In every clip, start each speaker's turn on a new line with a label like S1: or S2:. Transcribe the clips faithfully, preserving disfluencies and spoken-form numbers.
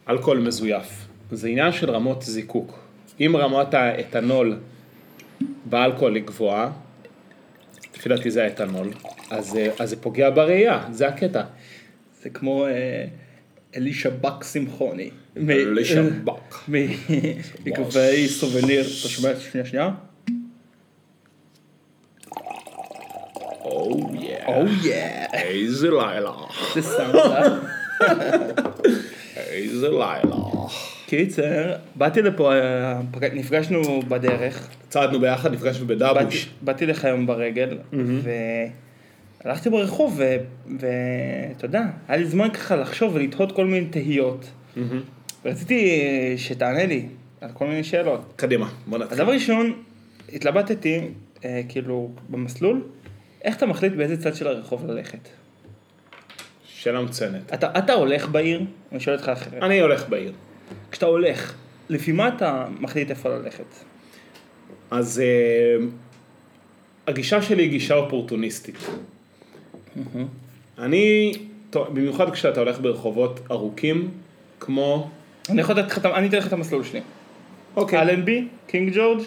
S1: אלכוהול מזויף. זה עניין של רמות זיקוק. אם רמת האתנול באלכוהול היא גבוהה, לפי דעתי זה האתנול, אז, אז זה פוגע בראייה, זה הקטע.
S2: זה כמו אה, אלישע בק שמחוני.
S1: אלישע בק.
S2: מקווי סובניר. אתה שומע את שנייה שנייה?
S1: או יא.
S2: או יא.
S1: איזה לילה.
S2: זה סאונד.
S1: איזה לילה.
S2: קיצר, באתי לפה, נפגשנו בדרך.
S1: צעדנו ביחד, נפגשנו בדאבוש.
S2: באתי לך היום ברגל, והלכתי ברחוב, ואתה יודע, היה לי זמן ככה לחשוב ולתהות כל מיני תהיות. ורציתי שתענה לי על כל מיני שאלות.
S1: קדימה, בוא נתחיל.
S2: הדבר ראשון, התלבטתי, כאילו, במסלול, איך אתה מחליט באיזה צד של הרחוב ללכת?
S1: שאלה מצוינת.
S2: אתה, אתה הולך בעיר? אני שואל אותך אחרת.
S1: אני הולך בעיר.
S2: כשאתה הולך, לפי מה אתה מחליט איפה ללכת?
S1: אז uh, הגישה שלי היא גישה אופורטוניסטית. Mm-hmm. אני, במיוחד כשאתה הולך ברחובות ארוכים, כמו...
S2: אני יכול לתת לך, אני אתן לך את המסלול שלי.
S1: אוקיי.
S2: אלנבי, קינג ג'ורג',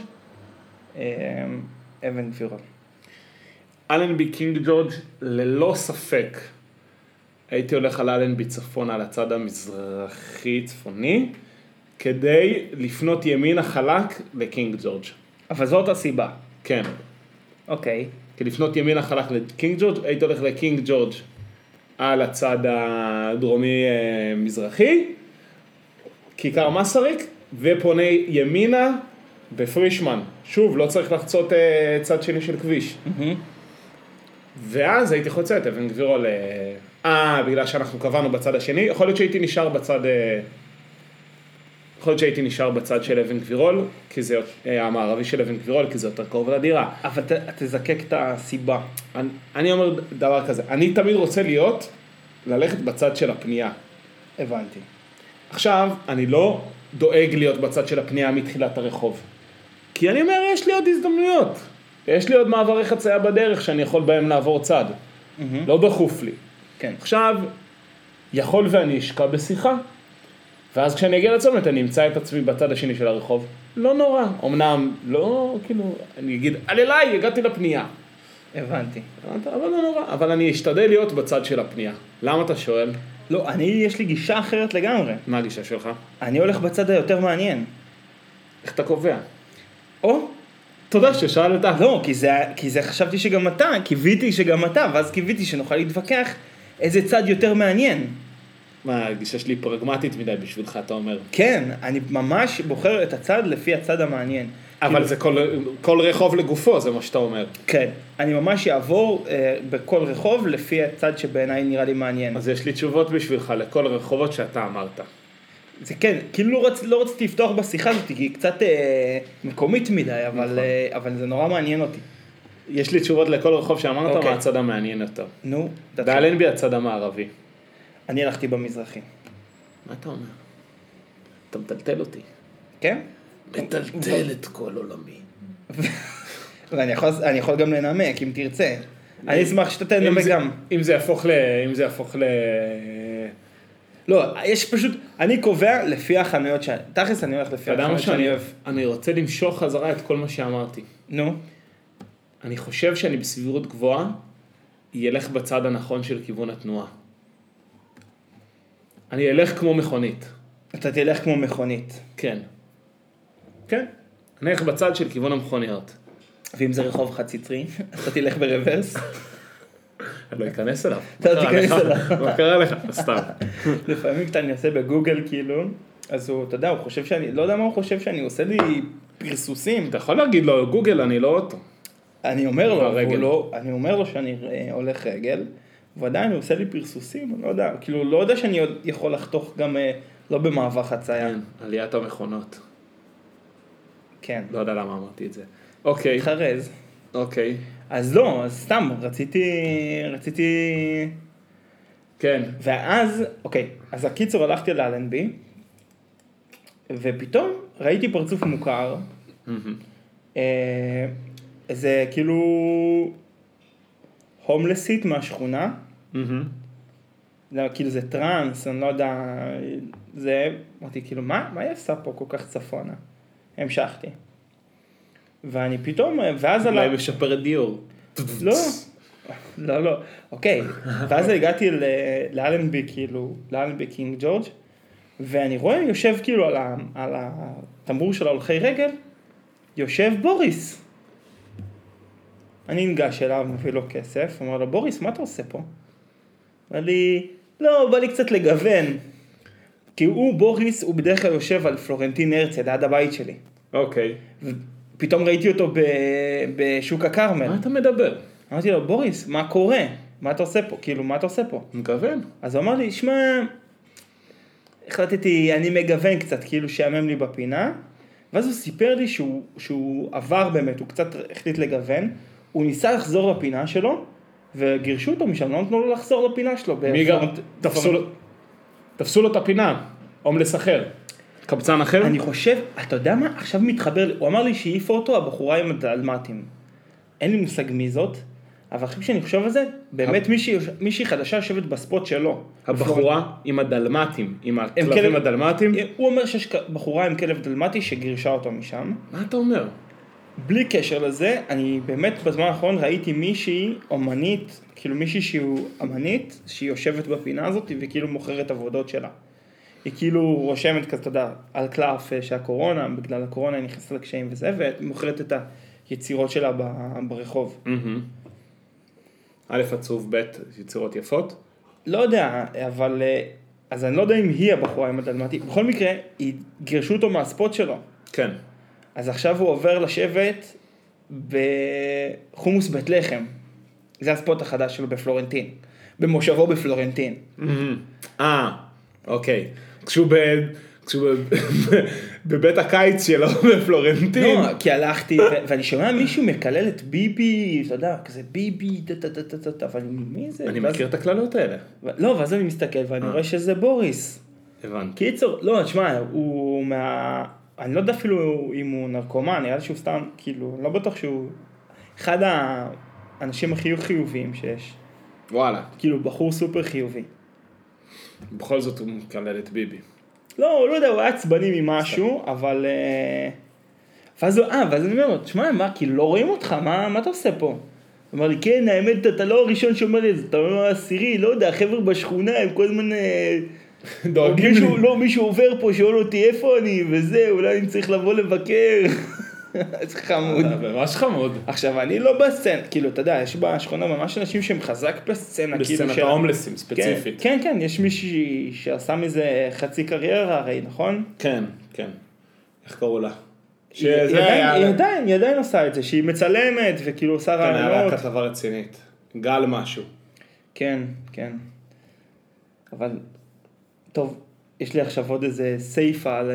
S2: אבן גבירול.
S1: אלנבי, קינג ג'ורג', ללא ספק, הייתי הולך על אלנבי צפון, על הצד המזרחי צפוני, כדי לפנות ימינה חלק לקינג ג'ורג'.
S2: אבל זאת הסיבה.
S1: כן.
S2: אוקיי.
S1: כי לפנות ימינה חלק לקינג ג'ורג', הייתי הולך לקינג ג'ורג' על הצד הדרומי מזרחי, כיכר מסריק, ופונה ימינה בפרישמן. שוב, לא צריך לחצות צד שני של כביש. ואז הייתי חוצה את אבן גבירול, אה, בגלל שאנחנו קבענו בצד השני, יכול להיות שהייתי נשאר בצד, יכול להיות שהייתי נשאר בצד של אבן גבירול, כי זה המערבי של אבן גבירול, כי זה יותר קרוב לדירה.
S2: אבל ת, תזקק את הסיבה.
S1: אני, אני אומר דבר כזה, אני תמיד רוצה להיות, ללכת בצד של הפנייה.
S2: הבנתי.
S1: עכשיו, אני לא דואג להיות בצד של הפנייה מתחילת הרחוב. כי אני אומר, יש לי עוד הזדמנויות. יש לי עוד מעברי חצייה בדרך שאני יכול בהם לעבור צד. Mm-hmm. לא דחוף לי.
S2: כן.
S1: עכשיו, יכול ואני אשקע בשיחה, ואז כשאני אגיע לצומת, אני אמצא את עצמי בצד השני של הרחוב. לא נורא. אמנם, לא, כאילו, אני אגיד, על אליי, הגעתי לפנייה.
S2: הבנתי.
S1: אבל לא נורא. אבל אני אשתדל להיות בצד של הפנייה. למה אתה שואל?
S2: לא, אני, יש לי גישה אחרת לגמרי.
S1: מה הגישה שלך?
S2: אני הולך בצד היותר מעניין.
S1: איך אתה קובע?
S2: או?
S1: תודה ששאלת.
S2: לא, כי זה, כי זה חשבתי שגם אתה, קיוויתי שגם אתה, ואז קיוויתי שנוכל להתווכח איזה צד יותר מעניין.
S1: מה, הגישה שלי פרגמטית מדי בשבילך, אתה אומר?
S2: כן, אני ממש בוחר את הצד לפי הצד המעניין.
S1: אבל כאילו... זה כל, כל רחוב לגופו, זה מה שאתה אומר.
S2: כן, אני ממש אעבור אה, בכל רחוב לפי הצד שבעיניי נראה לי מעניין.
S1: אז יש לי תשובות בשבילך לכל הרחובות שאתה אמרת.
S2: זה כן, כאילו לא, רצ, לא רציתי לפתוח בשיחה הזאת, כי היא קצת אה, מקומית מדי, אבל, נכון. אה, אבל זה נורא מעניין אותי.
S1: יש לי תשובות לכל רחוב שאמרת,
S2: אוקיי.
S1: מה הצד המעניין יותר.
S2: נו,
S1: באלנבי הצד המערבי.
S2: אני הלכתי במזרחי.
S1: מה אתה אומר? אתה מטלטל אותי.
S2: כן?
S1: מטלטל את כל עולמי.
S2: ואני יכול, אני יכול גם לנמק, אם תרצה. אני אשמח שאתה תנמק גם.
S1: אם זה יהפוך ל... אם זה יהפוך ל...
S2: לא, יש פשוט, אני קובע לפי החנויות שאני, תכלס אני הולך לפי החנויות שאני אוהב.
S1: אני רוצה למשוך חזרה את כל מה שאמרתי.
S2: נו.
S1: אני חושב שאני בסבירות גבוהה, ילך בצד הנכון של כיוון התנועה. אני אלך כמו מכונית.
S2: אתה תלך כמו מכונית.
S1: כן. כן. אני אלך בצד של כיוון המכוניות.
S2: ואם זה רחוב חציצרי, אתה תלך ברוורס.
S1: אני לא אכנס אליו.
S2: אתה לא תיכנס אליו.
S1: מה קרה לך? סתם.
S2: לפעמים כשאתה אני עושה בגוגל כאילו, אז הוא, אתה יודע, הוא חושב שאני, לא יודע מה הוא חושב שאני עושה לי פרסוסים.
S1: אתה יכול להגיד לו, גוגל, אני לא אוטו.
S2: אני אומר לו, הוא לא, אני אומר לו שאני הולך רגל, ועדיין הוא עושה לי פרסוסים, אני לא יודע, כאילו לא יודע שאני יכול לחתוך גם לא במעבר חצייה.
S1: כן, עליית המכונות.
S2: כן.
S1: לא יודע למה אמרתי את זה. אוקיי.
S2: חרז.
S1: אוקיי.
S2: אז לא, אז סתם, רציתי, רציתי...
S1: כן.
S2: ואז, אוקיי, אז הקיצור הלכתי לאלנבי, ופתאום ראיתי פרצוף מוכר, איזה כאילו הומלסית מהשכונה, כאילו זה טרנס, אני לא יודע, זה, אמרתי, כאילו, מה, מה היא עושה פה כל כך צפונה? המשכתי. ואני פתאום, ואז עלה...
S1: אולי משפרת דיור.
S2: לא, לא, לא, אוקיי. ואז הגעתי לאלנבי, כאילו, לאלנבי קינג ג'ורג', ואני רואה, יושב כאילו על, ה, על התמרור של ההולכי רגל, יושב בוריס. אני ניגש אליו, מביא לו כסף, אומר לו, בוריס, מה אתה עושה פה? אמר לי, לא, בא לי קצת לגוון. כי הוא, בוריס, הוא בדרך כלל יושב על פלורנטין הרצל, ליד הבית שלי.
S1: אוקיי.
S2: ופתאום ראיתי אותו ב, בשוק הכרמל.
S1: מה אתה מדבר?
S2: אמרתי לו, בוריס, מה קורה? מה אתה עושה פה? כאילו, מה אתה עושה פה?
S1: מגוון.
S2: אז הוא אמר לי, שמע, החלטתי, אני מגוון קצת, כאילו שיאמם לי בפינה, ואז הוא סיפר לי שהוא, שהוא עבר באמת, הוא קצת החליט לגוון, הוא ניסה לחזור לפינה שלו, וגירשו אותו משם, לא נתנו לו לחזור לפינה שלו.
S1: מי גם? תפסו לו, תפסו לו את הפינה, הומלס אחר, קבצן אחר?
S2: אני חושב, אתה יודע מה? עכשיו מתחבר, הוא אמר לי שהעיפה אותו הבחורה עם הדלמטים. אין לי מושג מי זאת, אבל אחרי שאני חושב על זה, באמת מישהי, מישהי חדשה יושבת בספוט שלו.
S1: הבחורה עם הדלמטים, עם הכלבים הדלמטים?
S2: הוא אומר שיש בחורה עם כלב דלמטי שגירשה אותו משם.
S1: מה אתה אומר?
S2: בלי קשר לזה, אני באמת בזמן האחרון ראיתי מישהי אומנית, כאילו מישהי שהיא אמנית, שהיא יושבת בפינה הזאת וכאילו מוכרת עבודות שלה. היא כאילו רושמת כזה, אתה יודע, על קלף שהקורונה, בגלל הקורונה היא נכנסת לקשיים וזה, ומוכרת את היצירות שלה ברחוב.
S1: א' עצוב, ב' יצירות יפות?
S2: לא יודע, אבל, אז אני לא יודע אם היא הבחורה עם הדלמטי. בכל מקרה, היא גירשו אותו מהספוט שלו.
S1: כן.
S2: אז עכשיו הוא עובר לשבת בחומוס בית לחם. זה הספוט החדש שלו בפלורנטין. במושבו בפלורנטין.
S1: אה, אוקיי. כשהוא ב... כשהוא בבית הקיץ שלו בפלורנטין.
S2: לא, כי הלכתי, ואני שומע מישהו מקלל את ביבי, אתה יודע, כזה ביבי, אבל מי זה?
S1: אני מכיר את הכללות האלה.
S2: לא, ואז אני מסתכל ואני רואה שזה בוריס.
S1: הבנתי.
S2: קיצור, לא, תשמע, הוא מה... אני לא יודע אפילו אם הוא נרקומן, נראה לי שהוא סתם, כאילו, לא בטוח שהוא אחד האנשים הכי חיוביים שיש.
S1: וואלה.
S2: כאילו, בחור סופר חיובי.
S1: בכל זאת הוא מקלל את ביבי.
S2: לא, לא יודע, הוא היה עצבני ממשהו, אבל... ואז הוא, אה, ואז אני אומר לו, תשמע, מה, כאילו, לא רואים אותך, מה, מה אתה עושה פה? הוא אמר לי, כן, האמת, אתה לא הראשון שאומר לי, אתה אומר עשירי, לא יודע, החבר'ה בשכונה, הם כל הזמן... דואגים לי. לא, מישהו עובר פה, שואל אותי איפה אני, וזה, אולי אני צריך לבוא לבקר. זה חמוד.
S1: ממש חמוד.
S2: עכשיו, אני לא בסצנה, כאילו, אתה יודע, יש בשכונה ממש אנשים שהם חזק בסצנה.
S1: בסצנת ההומלסים, ספציפית.
S2: כן, כן, יש מישהי שעשה מזה חצי קריירה, הרי, נכון?
S1: כן, כן. איך קראו לה?
S2: היא עדיין, היא עדיין עושה את זה, שהיא מצלמת, וכאילו עושה רעיונות.
S1: כן, היה כתבה רצינית. גל משהו.
S2: כן, כן. אבל... טוב, יש לי עכשיו עוד איזה סייפה על...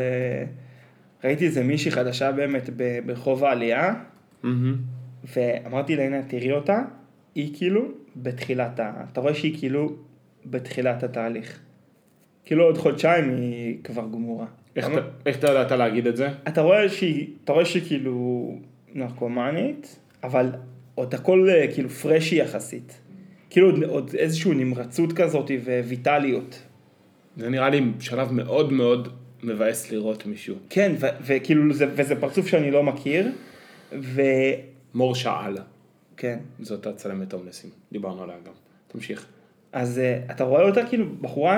S2: ראיתי איזה מישהי חדשה באמת ברחוב העלייה, ואמרתי לה, הנה, תראי אותה, היא כאילו בתחילת ה... אתה רואה שהיא כאילו בתחילת התהליך. כאילו עוד חודשיים היא כבר גמורה.
S1: איך אתה יודעת להגיד את זה?
S2: אתה רואה שהיא, אתה רואה שהיא כאילו נרקומנית, אבל עוד הכל כאילו פרשי יחסית. כאילו עוד, עוד איזשהו נמרצות כזאת וויטליות.
S1: זה נראה לי שלב מאוד מאוד מבאס לראות מישהו.
S2: כן, ו- וכאילו, זה, וזה פרצוף שאני לא מכיר, ו...
S1: מור שעל.
S2: כן.
S1: זאת הצלמת הומלסים, דיברנו עליה גם. תמשיך.
S2: אז uh, אתה רואה אותה כאילו בחורה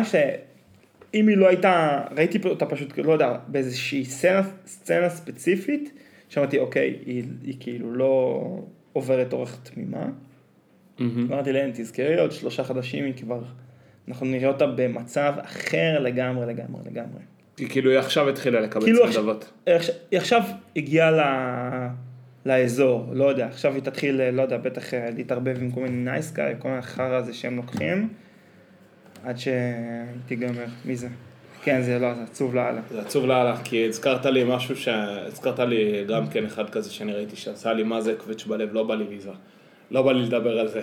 S2: שאם היא לא הייתה, ראיתי אותה פשוט, לא יודע, באיזושהי סצנה, סצנה ספציפית, שאמרתי, אוקיי, היא, היא כאילו לא עוברת אורך תמימה. Mm-hmm. אמרתי להם, תזכרי, עוד שלושה חדשים היא כבר... אנחנו נראה אותה במצב אחר לגמרי, לגמרי, לגמרי.
S1: היא כאילו היא עכשיו התחילה לקבל
S2: כאילו
S1: צמדות.
S2: עכשיו, היא עכשיו הגיעה ל... לאזור, לא יודע, עכשיו היא תתחיל, לא יודע, בטח להתערבב עם כל מיני נייסקאי, כל מיני חרא הזה שהם לוקחים, עד שתיגמר. מי זה? כן, זה לא, זה עצוב לאללה.
S1: זה עצוב לאללה, כי הזכרת לי משהו ש... הזכרת לי גם כן אחד כזה שאני ראיתי שעשה לי מה זה קווץ' בלב, לא בא לי ויזה. לא בא לי לדבר על זה.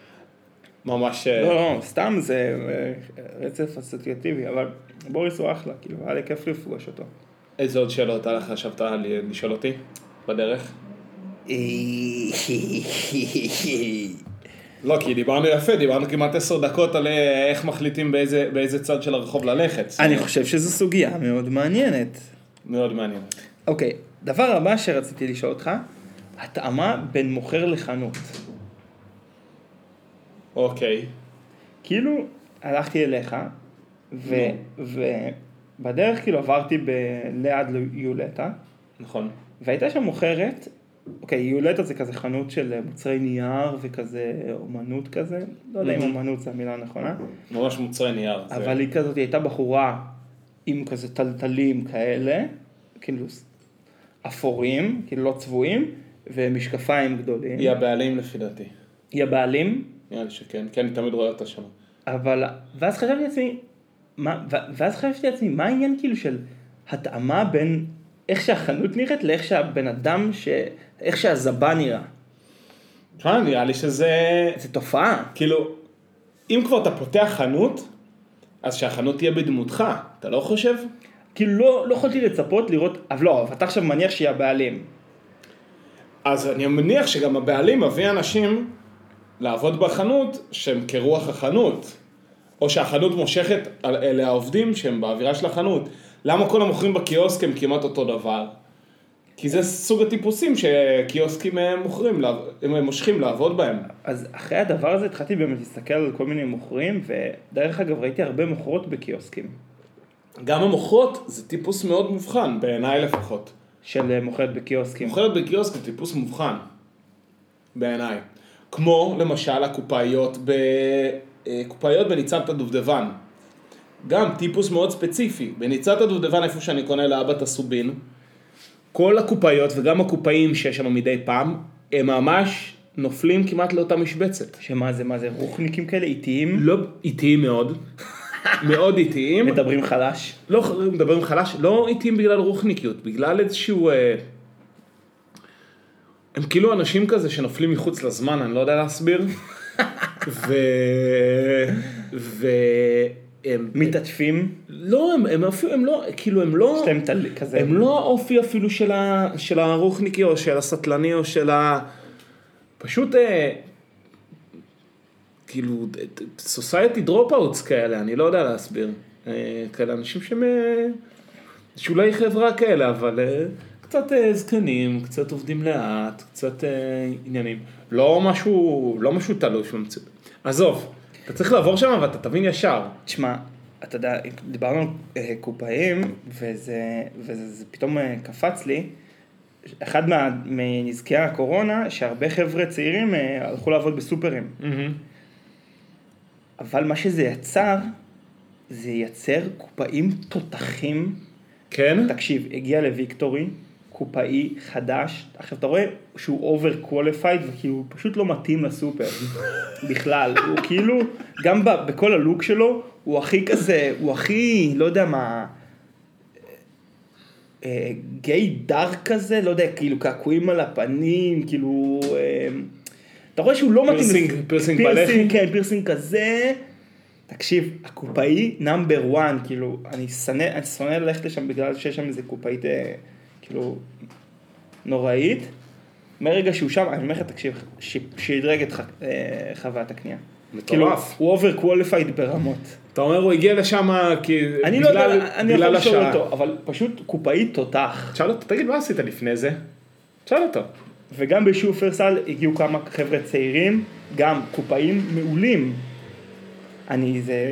S1: ממש...
S2: לא, לא, סתם זה רצף אסוציאטיבי, אבל בוריס הוא אחלה, כאילו, היה לי כיף לפגוש אותו.
S1: איזה עוד שאלות לך חשבת לשאול אותי בדרך? לא, כי דיברנו יפה, דיברנו כמעט עשר דקות על איך מחליטים באיזה, באיזה צד של הרחוב ללכת.
S2: אני חושב שזו סוגיה מאוד מעניינת.
S1: מאוד מעניינת.
S2: אוקיי, דבר הבא שרציתי לשאול אותך, התאמה בין מוכר לחנות.
S1: אוקיי.
S2: כאילו, הלכתי אליך, ו, ובדרך כאילו עברתי ב- ליד יולטה,
S1: נכון.
S2: והייתה שם מוכרת, אוקיי, יולטה זה כזה חנות של מוצרי נייר וכזה אומנות כזה, לא יודע אם אומנות זה המילה הנכונה,
S1: ממש מוצרי נייר. זה-
S2: אבל היא כזאת, היא הייתה בחורה עם כזה טלטלים כאלה, כאילו אפורים, כאילו לא צבועים, ומשקפיים גדולים.
S1: היא הבעלים לפי דעתי.
S2: היא הבעלים,
S1: נראה לי שכן, כן, אני תמיד רואה אותה שם.
S2: אבל, ואז חשבתי לעצמי, מה, ו- ואז חשבתי לעצמי, מה העניין כאילו של התאמה בין איך שהחנות נראית לאיך שהבן אדם, ש... איך שהזבה נראה?
S1: תשמע, נראה לי שזה,
S2: זה תופעה.
S1: כאילו, אם כבר אתה פותח חנות, אז שהחנות תהיה בדמותך, אתה לא חושב?
S2: כאילו לא, לא יכולתי לצפות לראות, אבל לא, אבל אתה עכשיו מניח שהיא הבעלים.
S1: אז אני מניח שגם הבעלים מביא אנשים לעבוד בחנות שהם כרוח החנות, או שהחנות מושכת אלה העובדים שהם באווירה של החנות. למה כל המוכרים בקיוסק הם כמעט אותו דבר? כי זה סוג הטיפוסים שקיוסקים מוכרים, הם מושכים לעבוד בהם.
S2: אז אחרי הדבר הזה התחלתי באמת להסתכל על כל מיני מוכרים, ודרך אגב ראיתי הרבה מוכרות בקיוסקים.
S1: גם המוכרות זה טיפוס מאוד מובחן, בעיניי לפחות.
S2: של מוכרת בקיוסקים.
S1: מוכרת בקיוסק זה טיפוס מובחן, בעיניי. כמו למשל הקופאיות, קופאיות בניצת הדובדבן. גם טיפוס מאוד ספציפי. בניצת הדובדבן, איפה שאני קונה לאבא הסובין, כל הקופאיות וגם הקופאים שיש שם מדי פעם, הם ממש נופלים כמעט לאותה משבצת.
S2: שמה זה, מה זה, רוחניקים כאלה, איטיים?
S1: לא איטיים מאוד. מאוד איטיים.
S2: מדברים חלש?
S1: לא מדברים חלש, לא איטיים בגלל רוחניקיות, בגלל איזשהו... אה, הם כאילו אנשים כזה שנופלים מחוץ לזמן, אני לא יודע להסביר. ו... ו... הם...
S2: מתעטפים?
S1: לא, הם, הם אפילו, הם לא, כאילו הם לא...
S2: שלהם תל... כזה.
S1: הם לא האופי אפילו של, ה... של הרוחניקי או של הסטלני או של ה... פשוט... אה... כאילו, society dropouts כאלה, אני לא יודע להסביר. כאלה אנשים שהם שולי חברה כאלה, אבל קצת זקנים, קצת עובדים לאט, קצת עניינים. לא משהו, לא משהו תלוש במציאות. עזוב, אתה צריך לעבור שם ואתה תבין ישר.
S2: תשמע, אתה יודע, דיברנו על קופאים, וזה, וזה זה פתאום קפץ לי, אחד מה, מנזקי הקורונה, שהרבה חבר'ה צעירים הלכו לעבוד בסופרים. אבל מה שזה יצר, זה יצר קופאים תותחים.
S1: כן?
S2: תקשיב, הגיע לוויקטורי, קופאי חדש, עכשיו אתה רואה שהוא over-qualified, וכאילו הוא פשוט לא מתאים לסופר, בכלל, הוא כאילו, גם בכל הלוק שלו, הוא הכי כזה, הוא הכי, לא יודע מה, גיי דארק כזה, לא יודע, כאילו קעקועים על הפנים, כאילו... אתה רואה שהוא לא מתאים...
S1: פירסינג, פירסינג בלחי.
S2: כן, פירסינג כזה. תקשיב, הקופאי נאמבר וואן, כאילו, אני שונא, אני שונא ללכת לשם בגלל שיש שם איזה קופאית, כאילו, נוראית. מרגע שהוא שם, אני אומר לך, תקשיב, שידרג את חוויית הקנייה.
S1: מטורף.
S2: הוא אובר קווליפייד ברמות.
S1: אתה אומר, הוא הגיע לשם כי...
S2: אני לא יודע, אני יכול לשאול אותו, אבל פשוט קופאי תותח.
S1: תשאל אותו, תגיד, מה עשית לפני זה? תשאל אותו.
S2: וגם בשופרסל הגיעו כמה חבר'ה צעירים, גם קופאים מעולים. אני זה...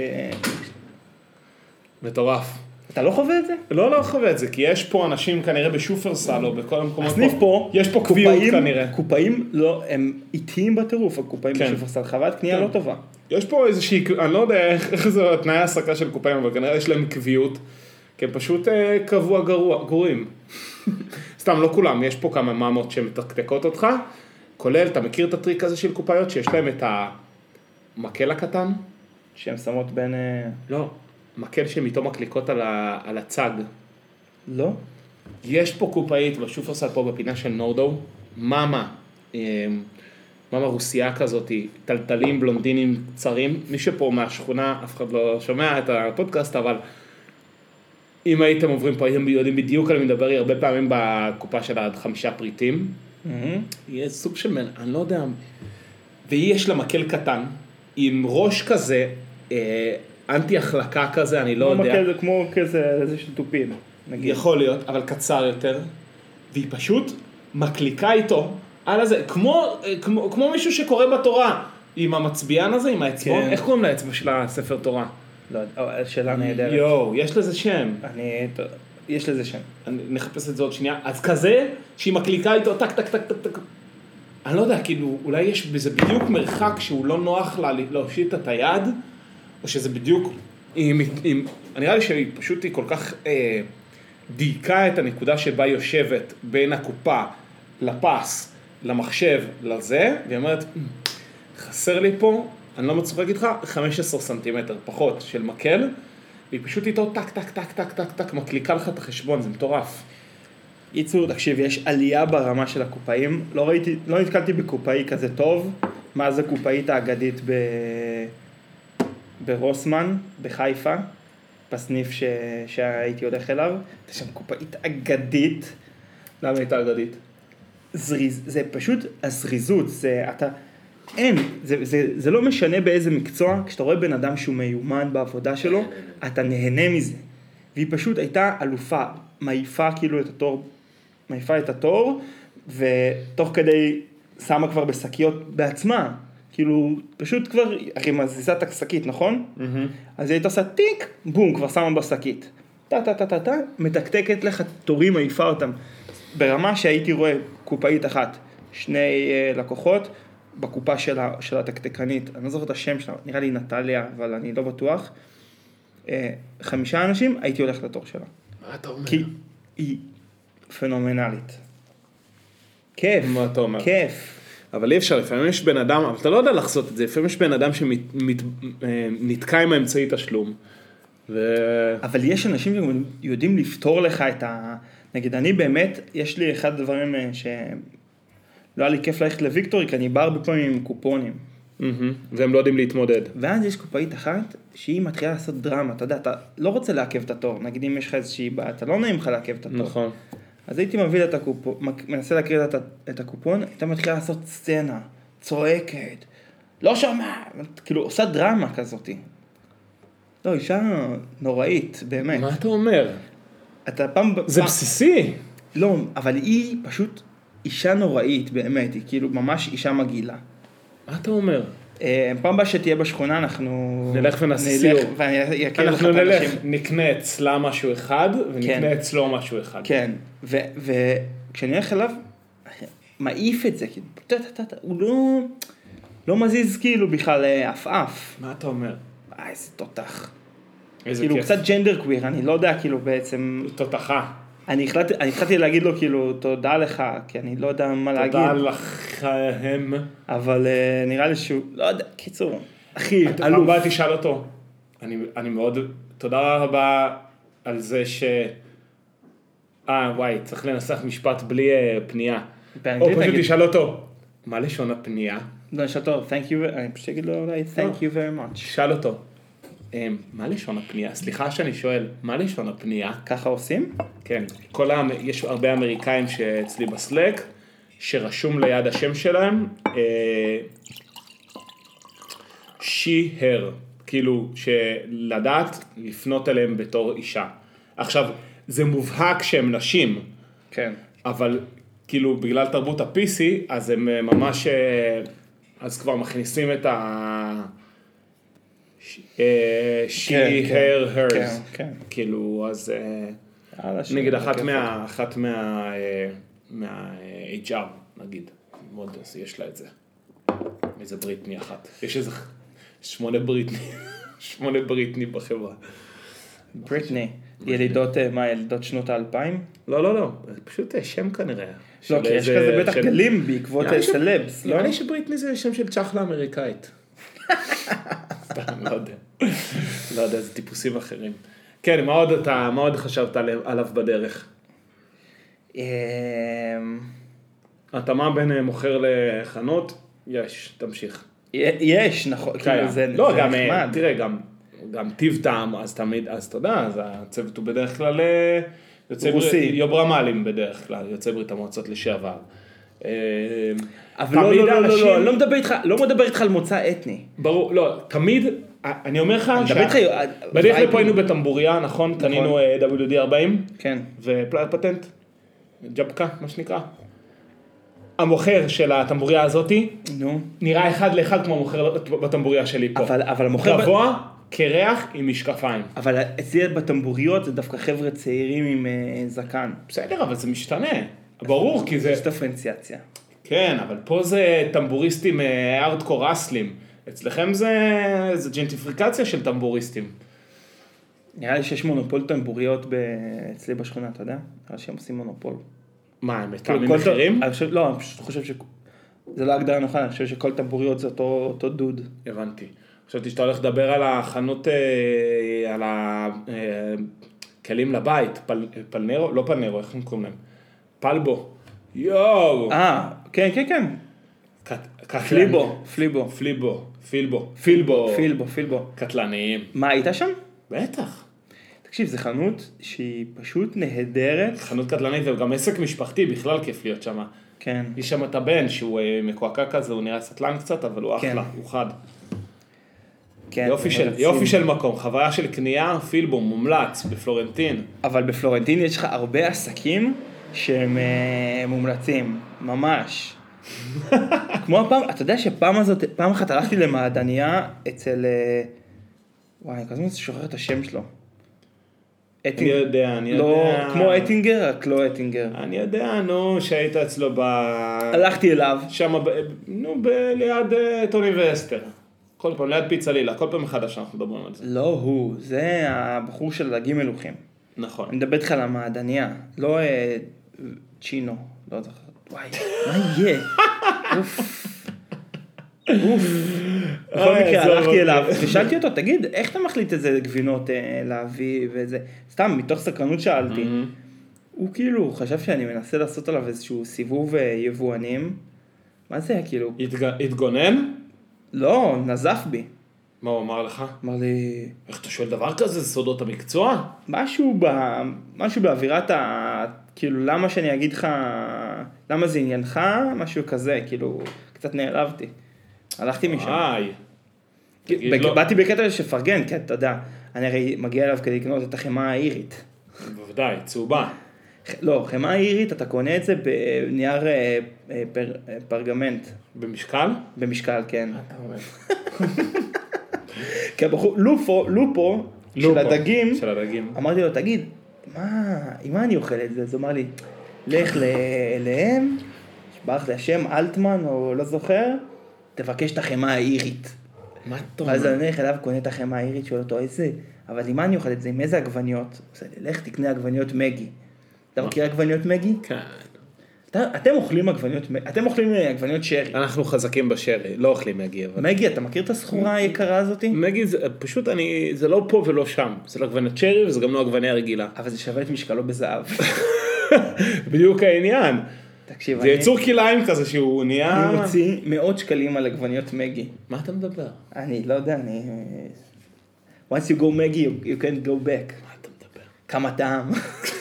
S1: מטורף.
S2: אתה לא חווה את זה?
S1: לא, לא חווה את זה, כי יש פה אנשים כנראה בשופרסל או בכל המקומות
S2: הסניף פה,
S1: יש פה קביעות כנראה.
S2: קופאים לא, הם איטיים בטירוף, הקופאים
S1: כן.
S2: בשופרסל, חוות קנייה
S1: כן.
S2: לא טובה.
S1: יש פה איזושהי, אני לא יודע איך, איך זה תנאי העסקה של קופאים, אבל כנראה יש להם קביעות, כי הם פשוט אה, קבוע גרוע, גרועים. סתם, לא כולם, יש פה כמה מאמות שמתקתקות אותך, כולל, אתה מכיר את הטריק הזה של קופאיות, שיש להם את המקל הקטן?
S2: שהן שמות בין...
S1: לא, מקל שהן איתו מקליקות על, ה, על הצג.
S2: לא?
S1: יש פה קופאית בשופרסל פה בפינה של נורדו, מאמה, מאמה רוסייה כזאת, טלטלים, בלונדינים, קצרים, מי שפה מהשכונה, אף אחד לא שומע את הפודקאסט, אבל אם הייתם עוברים פה, הייתם יודעים בדיוק על מי מדבר, הרבה פעמים בקופה של עד חמישה פריטים,
S2: Mm-hmm.
S1: יהיה סוג של, אני לא יודע, והיא יש לה מקל קטן, עם ראש כזה, אה, אנטי החלקה כזה, אני לא יודע.
S2: מקל, כמו כזה, איזה של טופים, נגיד.
S1: יכול להיות, אבל קצר יותר, והיא פשוט מקליקה איתו על הזה, כמו, כמו, כמו מישהו שקורא בתורה, עם המצביען הזה, עם האצבעות, כן. איך קוראים לאצבע של הספר תורה?
S2: לא, שאלה נהדרת.
S1: יואו, יש לזה שם.
S2: אני, יש לזה שם.
S1: אני נחפש את זה עוד שנייה. אז כזה, שהיא מקליקה איתו, טק, טק, טק, טק, טק. אני לא יודע, כאילו, אולי יש בזה בדיוק מרחק שהוא לא נוח לה להושיט את היד, או שזה בדיוק, עם, עם, אני רואה לי שהיא פשוט היא כל כך אה, דייקה את הנקודה שבה יושבת בין הקופה לפס, למחשב, לזה, והיא אומרת, חסר לי פה, אני לא מצליח להגיד לך, חמישה עשר סנטימטר פחות של מקל, והיא פשוט איתו טק, טק, טק, טק, טק, טק, מקליקה לך את החשבון, זה מטורף.
S2: ייצור, תקשיב, יש עלייה ברמה של הקופאים, לא ראיתי, לא נתקלתי בקופאי כזה טוב, מאז הקופאית האגדית ב... ברוסמן, בחיפה, בסניף ש... שהייתי הולך אליו, זה שם קופאית אגדית.
S1: למה הייתה אגדית?
S2: זריז, זה פשוט הזריזות, זה, אתה, אין, זה, זה, זה לא משנה באיזה מקצוע, כשאתה רואה בן אדם שהוא מיומן בעבודה שלו, אתה נהנה מזה. והיא פשוט הייתה אלופה, מעיפה כאילו את התור, מעיפה את התור, ותוך כדי שמה כבר בשקיות בעצמה, כאילו פשוט כבר, הרי מזיזה את השקית, נכון? Mm-hmm. אז היא הייתה עושה טיק, בום, כבר שמה בשקית. טה טה טה טה טה, מתקתקת לך תורים, מעיפה אותם. ברמה שהייתי רואה קופאית אחת, שני uh, לקוחות, בקופה של, ה, של התקתקנית, אני לא זוכר את השם שלה, נראה לי נטליה, אבל אני לא בטוח, uh, חמישה אנשים, הייתי הולך לתור שלה.
S1: מה אתה אומר?
S2: כי היא פנומנלית. כיף,
S1: מה אתה אומר?
S2: כיף.
S1: אבל אי אפשר, לפעמים יש בן אדם, אבל אתה לא יודע לחזות את זה, לפעמים יש בן אדם שנתקע עם האמצעי תשלום. ו... אבל
S2: יש אנשים שיודעים לפתור לך את ה... נגיד, אני באמת, יש לי אחד הדברים ש... לא היה לי כיף ללכת לוויקטורי, כי אני בא הרבה פעמים עם קופונים.
S1: והם לא יודעים להתמודד.
S2: ואז יש קופאית אחת, שהיא מתחילה לעשות דרמה, אתה יודע, אתה לא רוצה לעכב את התור, נגיד אם יש לך איזושהי בעיה, אתה לא נעים לך לעכב את התור.
S1: נכון.
S2: אז הייתי מביא את הקופון, מנסה להקריא את, את הקופון, הייתה מתחילה לעשות סצנה, צועקת, לא שומע, כאילו עושה דרמה כזאת. לא, אישה נוראית, באמת.
S1: מה אתה אומר?
S2: אתה פעם...
S1: זה
S2: פעם...
S1: בסיסי.
S2: לא, אבל היא פשוט אישה נוראית, באמת, היא כאילו ממש אישה מגעילה.
S1: מה אתה אומר?
S2: פעם הבאה שתהיה בשכונה, אנחנו...
S1: נלך ונעשה סיור.
S2: ואני אכיר לך את
S1: אנחנו נלך, נקנה אצלה משהו אחד, ונקנה אצלו משהו אחד.
S2: כן, וכשאני הולך אליו, מעיף את זה, הוא לא... לא מזיז כאילו בכלל אף אף.
S1: מה אתה אומר?
S2: אה, איזה תותח.
S1: איזה
S2: כאילו
S1: כיף.
S2: קצת ג'נדר קוויר, אני לא יודע כאילו בעצם...
S1: תותחה.
S2: אני החלטתי, אני החלטתי להגיד לו כאילו תודה לך, כי אני לא יודע מה להגיד.
S1: תודה לכם.
S2: אבל uh, נראה לי שהוא, לא יודע, קיצור. אחי,
S1: אלוף. פעם הבאה תשאל אותו. אני, אני מאוד, תודה רבה על זה ש... אה, וואי, צריך לנסח משפט בלי uh, פנייה. או פשוט תשאל אותו, מה לשון הפנייה?
S2: לא, נשאל אותו, thank you, אני פשוט אגיד לו אולי, thank you very much.
S1: שאל אותו. מה לשון הפנייה? סליחה שאני שואל, מה לשון הפנייה?
S2: ככה עושים?
S1: כן, כל ה... יש הרבה אמריקאים שאצלי בסלק, שרשום ליד השם שלהם, she, her, כאילו, שלדעת לפנות אליהם בתור אישה. עכשיו, זה מובהק שהם נשים,
S2: כן.
S1: אבל כאילו, בגלל תרבות ה-פי סי, אז הם ממש, אז כבר מכניסים את ה... she, her, hers, כאילו, אז נגיד אחת מה, אחת מה, מה-אייץ' אר, נגיד, מאוד, אז יש לה את זה, איזה בריטני אחת, יש איזה שמונה בריטני, שמונה בריטני בחברה.
S2: בריטני, ילידות, מה, ילידות שנות האלפיים?
S1: לא, לא, לא, זה פשוט שם כנראה.
S2: לא, כי יש כזה בטח גלים בעקבות סלבס, לא?
S1: נראה לי שבריטני זה שם של צ'חלה אמריקאית. לא יודע, לא יודע, זה טיפוסים אחרים. כן, מה עוד אתה, מה עוד חשבת עליו בדרך? אתה מה בין מוכר לחנות? יש, תמשיך.
S2: יש, נכון, כאילו זה נחמד.
S1: תראה, גם טיב טעם, אז תמיד, אז אתה יודע, אז הצוות הוא בדרך כלל, רוסי. יוברמלים בדרך כלל, יוצא ברית המועצות לשעבר.
S2: אבל לא, לא, לא, לא, לא, לא מדבר איתך, לא מדבר איתך על מוצא אתני.
S1: ברור, לא, תמיד, אני אומר לך,
S2: מדבר איתך,
S1: בדרך לפה היינו בטמבוריה, נכון? קנינו דאבליו די ארבעים,
S2: כן.
S1: ופטנט, ג'בקה, מה שנקרא. המוכר של הטמבוריה הזאתי,
S2: נו.
S1: נראה אחד לאחד כמו המוכר בטמבוריה שלי פה.
S2: אבל, אבל המוכר...
S1: גבוה, קרח עם משקפיים.
S2: אבל אצלי בטמבוריות זה דווקא חבר'ה צעירים עם uh, זקן.
S1: בסדר, אבל זה משתנה. ברור, כי זה...
S2: יש דיפרנציאציה.
S1: כן, אבל פה זה טמבוריסטים ארדקור אסלים. אצלכם זה, זה ג'נטיפריקציה של טמבוריסטים.
S2: נראה לי שיש מונופול טמבוריות אצלי בשכונה, אתה יודע? נראה שהם עושים מונופול.
S1: מה, הם מתאמים מחירים?
S2: אני חושב, לא, אני פשוט חושב ש... זה לא הגדרה נכונה, אני חושב שכל טמבוריות זה אותו, אותו דוד.
S1: הבנתי. חשבתי שאתה הולך לדבר על החנות, על הכלים לבית, פל, פלנרו, לא פלנרו, איך הם קוראים להם? פלבו. יואו.
S2: אה, כן, כן, כן. פליבו, פליבו.
S1: פליבו, פילבו, פילבו.
S2: פילבו, פילבו.
S1: קטלניים.
S2: מה, היית שם?
S1: בטח.
S2: תקשיב, זו חנות שהיא פשוט נהדרת.
S1: חנות קטלנית וגם עסק משפחתי, בכלל כיף להיות שם.
S2: כן.
S1: יש שם את הבן שהוא מקועקע כזה, הוא נראה סטלן קצת, אבל הוא אחלה, הוא חד.
S2: כן,
S1: יופי של, יופי של מקום, חוויה של קנייה, פילבו, מומלץ, בפלורנטין.
S2: אבל בפלורנטין יש לך הרבה עסקים שהם מומלצים, ממש. כמו הפעם, אתה יודע שפעם הזאת, פעם אחת הלכתי למעדניה אצל, וואי, אני כזה שוכר את השם שלו.
S1: אני יודע, אני
S2: לא,
S1: יודע.
S2: כמו אטינגר, רק לא אטינגר.
S1: אני יודע, נו, שהיית אצלו ב...
S2: הלכתי אליו.
S1: שם, נו, ליד טוני ואסתר. כל פעם, ליד פיצה לילה, כל פעם מחדש אנחנו מדברים על זה.
S2: לא הוא, זה הבחור של דגים מלוכים.
S1: נכון.
S2: אני מדבר איתך על המעדניה, לא אה, צ'ינו, לא זוכר. וואי, מה יהיה? אוף. אוף. בכל מקרה, הלכתי אליו, ושאלתי אותו, תגיד, איך אתה מחליט איזה גבינות אה, להביא וזה? סתם, מתוך סקרנות שאלתי. הוא כאילו, חשב שאני מנסה לעשות עליו איזשהו סיבוב אה, יבואנים. מה זה, כאילו?
S1: התג... התגונן?
S2: לא, נזף בי.
S1: מה הוא אמר לך?
S2: אמר לי...
S1: איך אתה שואל דבר כזה? זה סודות המקצוע?
S2: משהו, ב... משהו באווירת ה... כאילו, למה שאני אגיד לך... למה זה עניינך? משהו כזה, כאילו, קצת נעלבתי. הלכתי משם.
S1: איי.
S2: בק... באתי בקטע שפרגן, כי אתה יודע, אני הרי מגיע אליו כדי לקנות את החמה האירית.
S1: בוודאי, צהובה.
S2: לא, חמה האירית, אתה קונה את זה בנייר פר... פרגמנט.
S1: במשקל?
S2: במשקל, כן.
S1: אתה אומר.
S2: כי הבחור, לופו, לופו, של הדגים,
S1: של הדגים.
S2: אמרתי לו, תגיד, מה, עם מה אני אוכל את זה? אז הוא אמר לי, לך אליהם, שברח לי השם, אלטמן, או לא זוכר, תבקש את החמה האירית.
S1: מה אתה אומר?
S2: ואז אני הולך אליו, קונה את החמה האירית, שואל אותו, איזה, אבל עם מה אני אוכל את זה? עם איזה עגבניות? לך תקנה עגבניות מגי. אתה מכיר עגבניות מגי?
S1: כן.
S2: אתם אוכלים עגבניות, אתם אוכלים עגבניות שרי.
S1: אנחנו חזקים בשרי, לא אוכלים מגי.
S2: מגי, אתה מכיר את הסחורה היקרה הזאת?
S1: מגי זה פשוט, אני, זה לא פה ולא שם. זה לא עגבניות שרי וזה גם לא עגבניה רגילה.
S2: אבל זה שווה את משקלו בזהב.
S1: בדיוק העניין.
S2: תקשיב,
S1: זה יצור כליים כזה שהוא נהיה...
S2: אני מוציא מאות שקלים על עגבניות מגי.
S1: מה אתה מדבר?
S2: אני לא יודע, אני... once you go מגי, you, you can't go back.
S1: מה אתה מדבר?
S2: כמה טעם.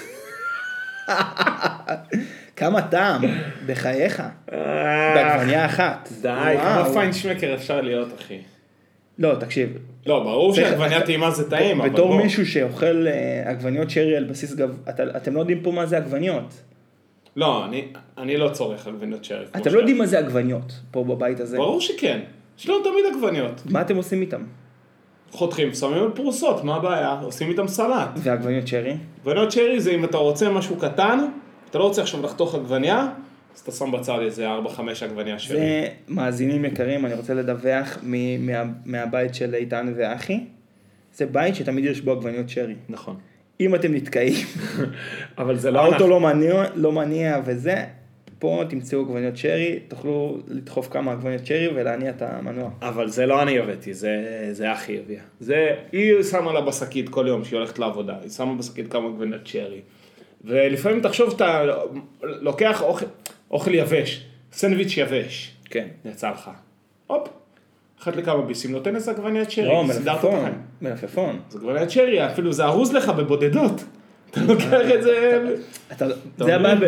S2: כמה טעם, בחייך. בעגבניה אחת.
S1: די, כמה פיינשמקר אפשר להיות, אחי.
S2: לא, תקשיב.
S1: לא, ברור שעגבניה טעימה זה טעים, אבל בוא.
S2: בתור מישהו שאוכל עגבניות שרי על בסיס גב... אתם לא יודעים פה מה זה עגבניות.
S1: לא, אני לא צורך עגבניות שרי.
S2: אתם לא יודעים מה זה עגבניות פה בבית הזה.
S1: ברור שכן. יש לנו תמיד עגבניות.
S2: מה אתם עושים איתם?
S1: חותכים, שמים על פרוסות, מה הבעיה? עושים איתם סלט.
S2: ועגבניות שרי?
S1: עגבניות שרי זה אם אתה רוצה משהו קטן, אתה לא רוצה עכשיו לחתוך עגבניה, אז אתה שם בצד איזה ארבע חמש עגבניה שרי.
S2: זה מאזינים יקרים, אני רוצה לדווח מה, מהבית של איתן ואחי. זה בית שתמיד יש בו עגבניות שרי.
S1: נכון.
S2: אם אתם נתקעים,
S1: אבל זה לא
S2: האוטו לא מניע, לא מניע וזה, פה תמצאו עגבניות שרי, תוכלו לדחוף כמה עגבניות שרי ולהניע את המנוע.
S1: אבל זה לא אני הבאתי, זה, זה אחי הביאה. זה, היא שמה לה בשקית כל יום שהיא הולכת לעבודה, היא שמה בשקית כמה עגבניות שרי. ולפעמים תחשוב שאתה לוקח אוכל, אוכל יבש, סנדוויץ' יבש.
S2: כן.
S1: יצא לך. הופ, אחת לכמה ביסים, נותן איזה עגבניית שרי.
S2: לא, מלפפון, מלפפון.
S1: זה עגבניית שרי, אפילו זה ארוז לך בבודדות. אתה לוקח את זה...
S2: זה הבעיה,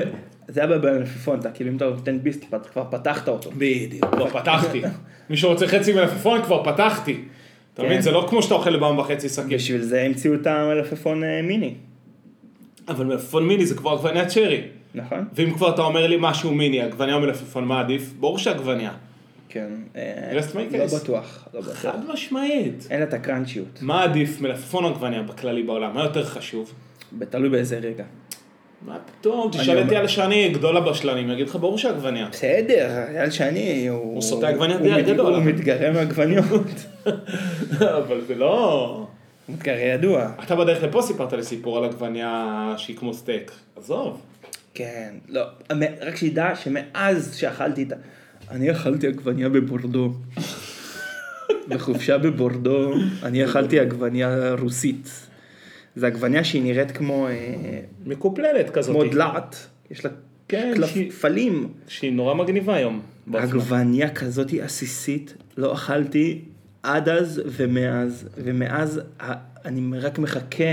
S2: זה היה במלפפון, אתה כאילו אם אתה נותן ביסט, כבר פתחת אותו.
S1: בדיוק, כבר פתחתי. מי שרוצה חצי מלפפון, כבר פתחתי. אתה מבין, זה לא כמו שאתה אוכל לבם וחצי שקית.
S2: בשביל זה המציאו את המלפפון מיני.
S1: אבל מלפפון מיני זה כבר עגבניה צ'רי.
S2: נכון.
S1: ואם כבר אתה אומר לי משהו מיני, עגבניה או מלפפון, מה עדיף? ברור שעגבניה.
S2: כן.
S1: לא
S2: בטוח.
S1: חד משמעית.
S2: אין לה את הקראנצ'יות.
S1: מה עדיף, מלפפון או עגבניה בכללי בעולם? מה יותר חשוב?
S2: תלוי באיזה רגע.
S1: מה פתאום? תשאל את יאל שאני גדול הבשלנים, יגיד לך ברור שעגבניה.
S2: בסדר, יאל שאני
S1: הוא סוטה עגבניה די גדול.
S2: הוא מתגרה מעגבניות.
S1: אבל זה לא...
S2: הוא מתגרה ידוע.
S1: אתה בדרך לפה סיפרת לי סיפור על עגבניה שהיא כמו סטייק. עזוב.
S2: כן, לא, רק שידע שמאז שאכלתי איתה, אני אכלתי עגבניה בבורדו. בחופשה בבורדו, אני אכלתי עגבניה רוסית. זה עגבניה שהיא נראית כמו...
S1: מקופללת כזאת.
S2: כמו דלעת. יש לה קלפלים.
S1: שהיא נורא מגניבה היום.
S2: עגבניה כזאת עסיסית, לא אכלתי עד אז ומאז, ומאז אני רק מחכה.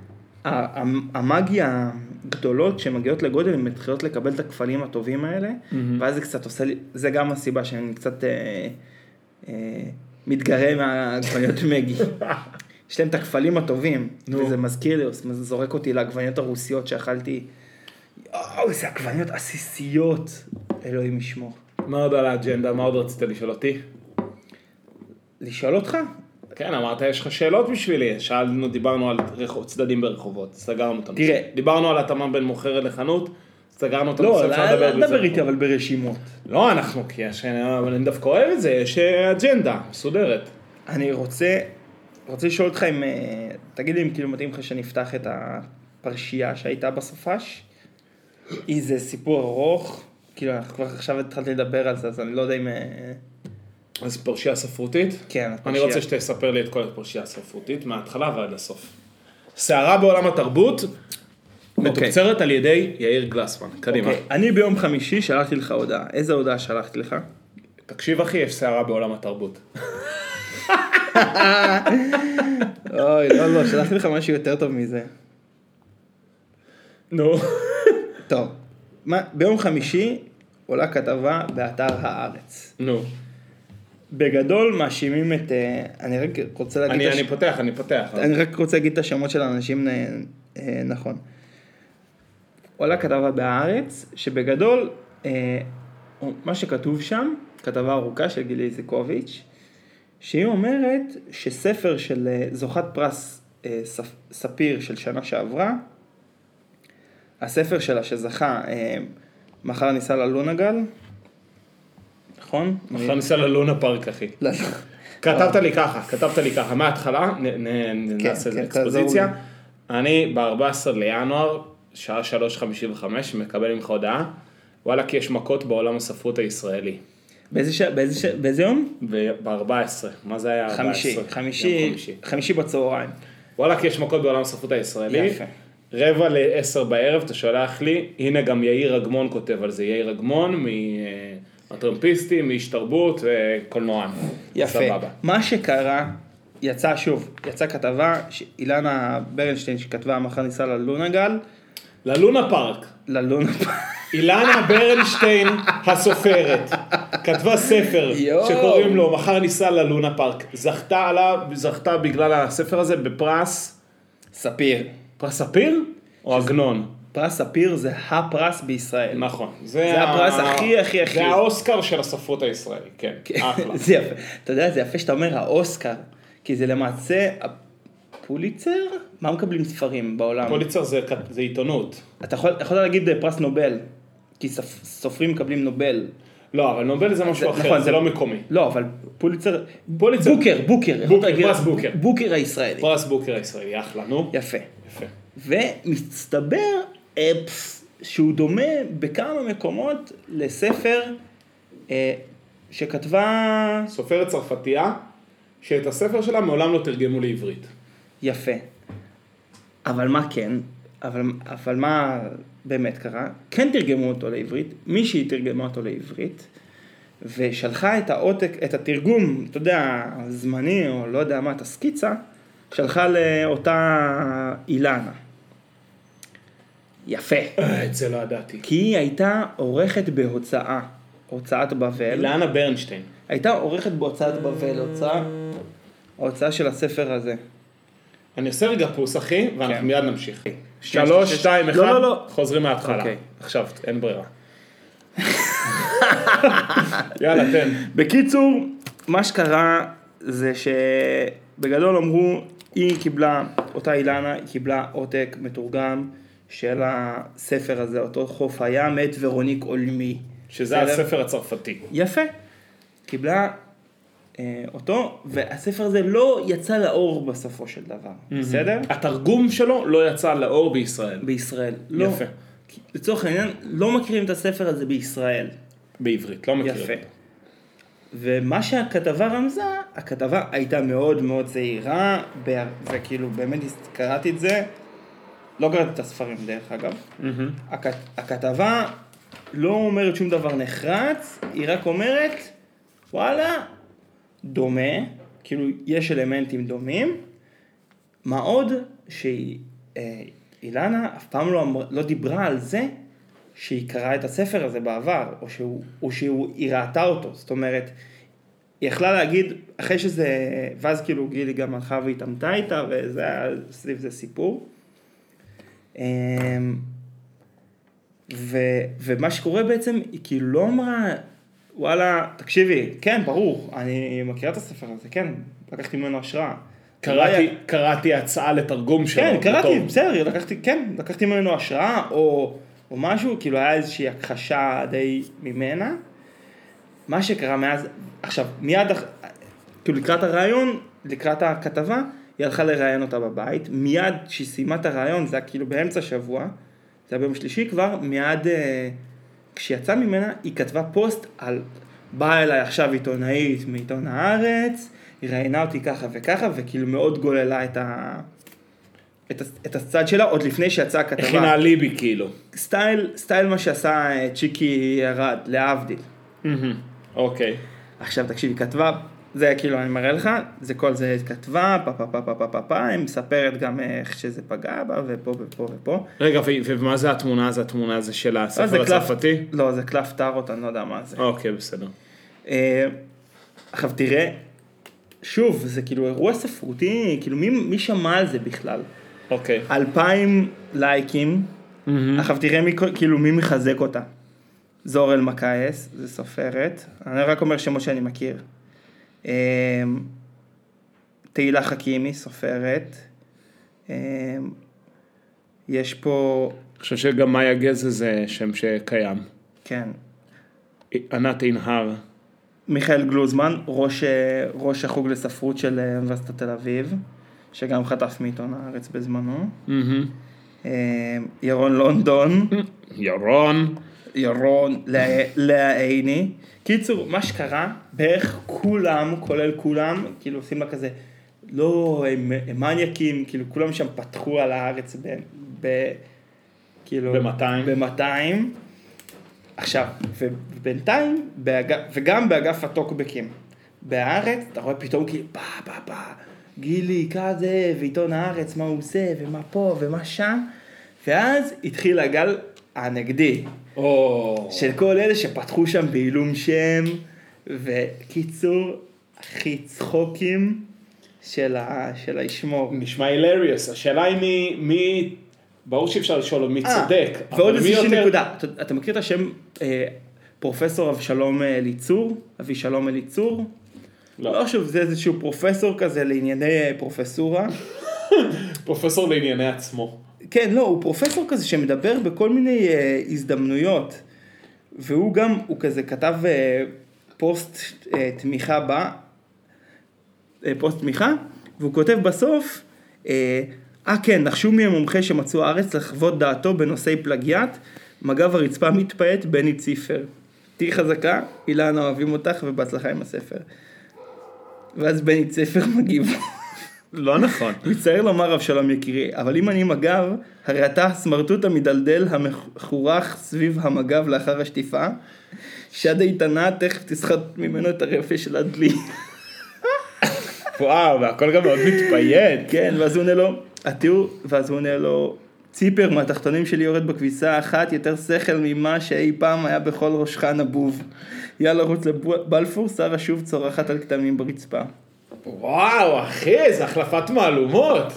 S2: המאגיה הגדולות שמגיעות לגודל, הן מתחילות לקבל את הכפלים הטובים האלה, ואז זה קצת עושה לי, זה גם הסיבה שאני קצת מתגרה מהעגבניות מגי. יש להם את הכפלים הטובים, וזה מזכיר לי, זה זורק אותי לעגבניות הרוסיות שאכלתי, יואו, זה עגבניות עסיסיות, אלוהים ישמור.
S1: מה עוד על האג'נדה? מה עוד רצית לשאול אותי?
S2: לשאול אותך?
S1: כן, אמרת, יש לך שאלות בשבילי. שאלנו, דיברנו על צדדים ברחובות, סגרנו אותנו.
S2: תראה.
S1: דיברנו על התאמה בין מוכרת לחנות, סגרנו אותנו.
S2: לא, לא נדבר איתי, אבל ברשימות.
S1: לא, אנחנו, כי אני דווקא אוהב את זה, יש אג'נדה מסודרת.
S2: אני רוצה, רוצה לשאול אותך אם, תגיד לי אם כאילו מתאים לך שנפתח את הפרשייה שהייתה בסופש. איזה סיפור ארוך, כאילו אנחנו כבר עכשיו התחלתי לדבר על זה, אז אני לא יודע אם...
S1: אז פרשייה ספרותית?
S2: כן,
S1: הפרשייה. אני רוצה שתספר לי את כל הפרשייה הספרותית, מההתחלה ועד לסוף. סערה בעולם התרבות, מתוקצרת על ידי יאיר גלסמן. קדימה.
S2: אני ביום חמישי שלחתי לך הודעה. איזה הודעה שלחתי לך?
S1: תקשיב אחי, יש סערה בעולם התרבות.
S2: אוי, לא, לא, שלחתי לך משהו יותר טוב מזה.
S1: נו.
S2: טוב, ביום חמישי עולה כתבה באתר הארץ.
S1: נו.
S2: בגדול מאשימים את, אני רק רוצה להגיד...
S1: אני, אני פותח, אני פותח.
S2: אני רק רוצה להגיד את השמות של האנשים נכון. עולה כתבה בארץ, שבגדול, מה שכתוב שם, כתבה ארוכה של גילי איזיקוביץ', שהיא אומרת שספר של זוכת פרס ספיר של שנה שעברה, הספר שלה שזכה, מחר ניסה ללונגל, נכון?
S1: מחר ניסה ללונה פארק, אחי. כתבת לי ככה, כתבת לי ככה, מההתחלה, נעשה איזה אקספוזיציה. אני ב-ארבעה עשר לינואר, שעה שלוש חמישים וחמש, מקבל ממך הודעה, וואלה, כי יש מכות בעולם הספרות הישראלי.
S2: באיזה יום?
S1: ב-ארבע עשרה, מה זה היה?
S2: חמישי, חמישי, חמישי בצהריים.
S1: וואלה, כי יש מכות בעולם הספרות הישראלי.
S2: יפה.
S1: רבע לעשר בערב, אתה שולח לי, הנה גם יאיר אגמון כותב על זה, יאיר אגמון מהטרמפיסטים, מאיש תרבות וקולנוען.
S2: יפה. סבבה. מה שקרה, יצא שוב, יצא כתבה, אילנה ברנשטיין שכתבה מחר ניסה ללונגל.
S1: ללונה פארק.
S2: ללונה פארק.
S1: אילנה ברנשטיין הסופרת, כתבה ספר שקוראים לו מחר ניסה ללונה פארק. זכתה עליו, זכתה בגלל הספר הזה בפרס
S2: ספיר.
S1: פרס ספיר או עגנון?
S2: פרס ספיר זה הפרס בישראל.
S1: נכון.
S2: זה הפרס הכי הכי הכי.
S1: זה האוסקר של הספרות הישראלי, כן. אחלה.
S2: זה יפה. אתה יודע, זה יפה שאתה אומר האוסקר, כי זה למעשה פוליצר? מה מקבלים ספרים בעולם?
S1: פוליצר זה עיתונות.
S2: אתה יכול להגיד פרס נובל, כי סופרים מקבלים נובל.
S1: לא, אבל נובל זה משהו אחר, זה לא מקומי.
S2: לא, אבל פוליצר, בוקר, בוקר.
S1: פרס בוקר.
S2: בוקר הישראלי.
S1: פרס בוקר הישראלי, אחלה, נו.
S2: יפה.
S1: יפה.
S2: ומסתבר שהוא דומה בכמה מקומות לספר שכתבה...
S1: סופרת צרפתייה, שאת הספר שלה מעולם לא תרגמו לעברית.
S2: יפה. אבל מה כן? אבל, אבל מה באמת קרה? כן תרגמו אותו לעברית, מישהי תרגמה אותו לעברית, ושלחה את העותק, את התרגום, אתה יודע, הזמני, או לא יודע מה, את הסקיצה, שלחה לאותה אילנה. יפה.
S1: את זה לא ידעתי.
S2: כי היא הייתה עורכת בהוצאה, הוצאת בבל.
S1: אילנה ברנשטיין.
S2: הייתה עורכת בהוצאת בבל, הוצאה, ההוצאה של הספר הזה.
S1: אני עושה רגע פוס, אחי, ואנחנו
S2: כן.
S1: מיד נמשיך.
S2: שנייה,
S1: שלוש,
S2: שש-
S1: שתיים, אחד,
S2: לא, לא, לא.
S1: חוזרים מההתחלה.
S2: אוקיי.
S1: עכשיו, אין ברירה. יאללה, תן.
S2: בקיצור, מה שקרה זה שבגדול אמרו, היא קיבלה, אותה אילנה, היא קיבלה עותק מתורגם של הספר הזה, אותו חוף הים, מאת ורוניק אולמי.
S1: שזה הספר הצרפתי.
S2: יפה. קיבלה אה, אותו, והספר הזה לא יצא לאור בסופו של דבר. בסדר?
S1: התרגום שלו לא יצא לאור בישראל.
S2: בישראל. לא.
S1: יפה.
S2: לצורך העניין, לא מכירים את הספר הזה בישראל.
S1: בעברית, לא מכיר.
S2: יפה. ומה שהכתבה רמזה, הכתבה הייתה מאוד מאוד זהירה, וכאילו באמת קראתי את זה, לא קראתי את הספרים דרך אגב, הכ- הכתבה לא אומרת שום דבר נחרץ, היא רק אומרת, וואלה, דומה, כאילו יש אלמנטים דומים, מה עוד שאילנה אף פעם לא, אמר, לא דיברה על זה, שהיא קראה את הספר הזה בעבר, או שהוא, או שהוא, היא ראתה אותו, זאת אומרת, היא יכלה להגיד, אחרי שזה, ואז כאילו גילי גם הלכה והתאמתה איתה, וזה היה סביב זה סיפור. ו, ומה שקורה בעצם, היא כאילו לא אמרה, וואלה, תקשיבי, כן, ברור, אני מכירה את הספר הזה, כן, לקחתי ממנו השראה.
S1: קראתי, קראתי הצעה לתרגום שלו.
S2: כן, קראתי,
S1: בתור.
S2: בסדר, לקחתי, כן, לקחתי ממנו השראה, או... או משהו, כאילו היה איזושהי הכחשה די ממנה. מה שקרה מאז, עכשיו, מיד, כאילו לקראת הרעיון, לקראת הכתבה, היא הלכה לראיין אותה בבית, מיד שהיא סיימה את הרעיון, זה היה כאילו באמצע שבוע, זה היה ביום שלישי כבר, מיד כשיצא ממנה, היא כתבה פוסט על, באה אליי עכשיו עיתונאית מעיתון הארץ, היא ראיינה אותי ככה וככה, וכאילו מאוד גוללה את ה... את, את הצד שלה, עוד לפני שיצאה הכתבה.
S1: הכינה ליבי כאילו.
S2: סטייל, סטייל מה שעשה צ'יקי ירד, להבדיל.
S1: אוקיי.
S2: עכשיו תקשיב, היא כתבה, זה כאילו אני מראה לך, זה כל זה כתבה, פה פה פה פה פה פה פה, היא מספרת גם איך שזה פגע בה, ופה ופה ופה.
S1: רגע, ומה זה התמונה? זה התמונה הזה של הספר הצרפתי?
S2: לא, זה קלף טארוט, אני לא יודע מה זה.
S1: אוקיי, בסדר.
S2: עכשיו תראה, שוב, זה כאילו אירוע ספרותי, כאילו מי, מי שמע על זה בכלל?
S1: אוקיי.
S2: אלפיים לייקים, עכשיו תראה מי, כאילו מי מחזק אותה. זור אלמקייס, זה סופרת, אני רק אומר שמות שאני מכיר. תהילה חכימי, סופרת. יש פה...
S1: אני חושב שגם מאיה גז זה שם שקיים.
S2: כן.
S1: ענת עינהר.
S2: מיכאל גלוזמן, ראש, ראש החוג לספרות של אוניברסיטת תל אביב, שגם חטף מעיתון הארץ בזמנו. ירון לונדון.
S1: ירון.
S2: ירון, לאה עיני. קיצור, מה שקרה, בערך כולם, כולל כולם, כאילו עושים לה כזה, לא, הם, הם מניאקים, כאילו כולם שם פתחו על הארץ ב... ב כאילו...
S1: ב-מאתיים.
S2: ב-מאתיים. עכשיו, ובינתיים, באגף, וגם באגף הטוקבקים, בארץ, אתה רואה פתאום כאילו, בא, בא, בא, גילי, כזה, ועיתון הארץ, מה הוא עושה, ומה פה, ומה שם, ואז התחיל הגל הנגדי,
S1: oh.
S2: של כל אלה שפתחו שם בעילום שם, וקיצור, הכי צחוקים של, ה, של הישמור.
S1: נשמע הילריוס, השאלה היא מי, מי, ברור שאפשר לשאול מי צודק.
S2: ועוד איזושהי נקודה, אתה, אתה מכיר את השם אה, פרופסור אבשלום אליצור? אבישלום אליצור?
S1: לא.
S2: לא שוב, זה איזשהו פרופסור כזה לענייני פרופסורה.
S1: פרופסור לענייני עצמו.
S2: כן, לא, הוא פרופסור כזה שמדבר בכל מיני אה, הזדמנויות, והוא גם, הוא כזה כתב אה, פוסט אה, תמיכה בה, אה, פוסט תמיכה, והוא כותב בסוף, אה, אה כן, נחשו מי המומחה שמצאו הארץ לחוות דעתו בנושאי פלגיאט, מגב הרצפה מתפעט, בני ציפר. תהי חזקה, אילנה אוהבים אותך ובהצלחה עם הספר. ואז בני ציפר מגיב.
S1: לא נכון.
S2: מצער לומר אבשלום יקירי, אבל אם אני מגב, הרי אתה הסמרטוט המדלדל המחורח סביב המגב לאחר השטיפה, שד איתנה תכף תסחט ממנו את הרפש של הדלי.
S1: וואו, והכל גם מאוד מתפייד.
S2: כן, ואז הוא עונה לו, התיאור, ואז הוא עונה לו, ציפר מהתחתונים שלי יורד בכביסה אחת, יותר שכל ממה שאי פעם היה בכל ראשך נבוב. יאללה רוץ לבלפור, שרה שוב צורחת על כתמים ברצפה.
S1: וואו, אחי, זה החלפת מהלומות.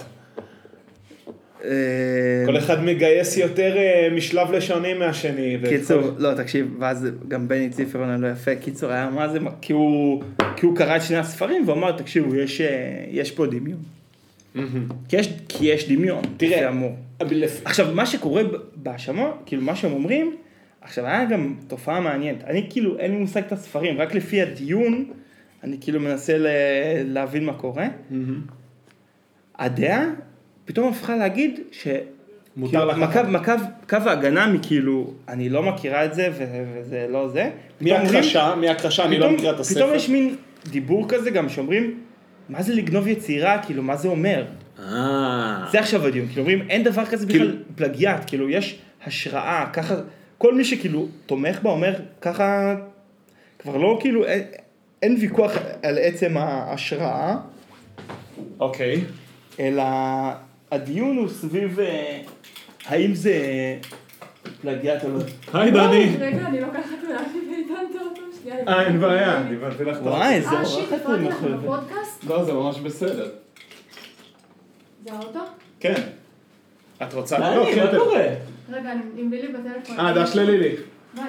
S1: כל אחד מגייס יותר משלב לשוני מהשני.
S2: קיצור, לא, תקשיב, ואז גם בני ציפר עונה לא יפה. קיצור, היה מה זה, כי הוא קרא את שני הספרים ואומר, תקשיבו, יש פה דמיון. כי יש דמיון,
S1: תראה,
S2: עכשיו מה שקורה בהאשמה, כאילו מה שהם אומרים, עכשיו היה גם תופעה מעניינת, אני כאילו אין לי מושג את הספרים, רק לפי הדיון, אני כאילו מנסה להבין מה קורה, הדעה פתאום הפכה להגיד ש...
S1: מותר לקחת.
S2: קו ההגנה מכאילו, אני לא מכירה את זה וזה לא זה.
S1: מי הקרשה? מי הקרשה? אני לא מכירה את הספר.
S2: פתאום יש מין דיבור כזה גם שאומרים, מה זה לגנוב יצירה? כאילו, מה זה אומר? זה עכשיו הדיון. כאילו, אומרים, אין דבר כזה בכלל פלגיאט. כאילו, יש השראה, ככה, כל מי שכאילו תומך בה אומר, ככה, כבר לא כאילו, אין ויכוח על עצם ההשראה.
S1: אוקיי.
S2: אלא הדיון הוא סביב, האם זה פלגיאט או לא.
S1: היי דני.
S3: רגע, אני לוקחת ולהביא ואיתנת אותו שנייה.
S1: אה, אין בעיה, אני באתי לך.
S2: וואי, זה
S3: אה, שיט, הפרעתי לך בפודקאסט?
S1: לא, זה ממש בסדר.
S3: זה האוטו?
S1: כן. את רוצה?
S2: דני, מה קורה?
S3: רגע, עם לילי בטלפון.
S1: אה, דש ללילי.
S3: ביי.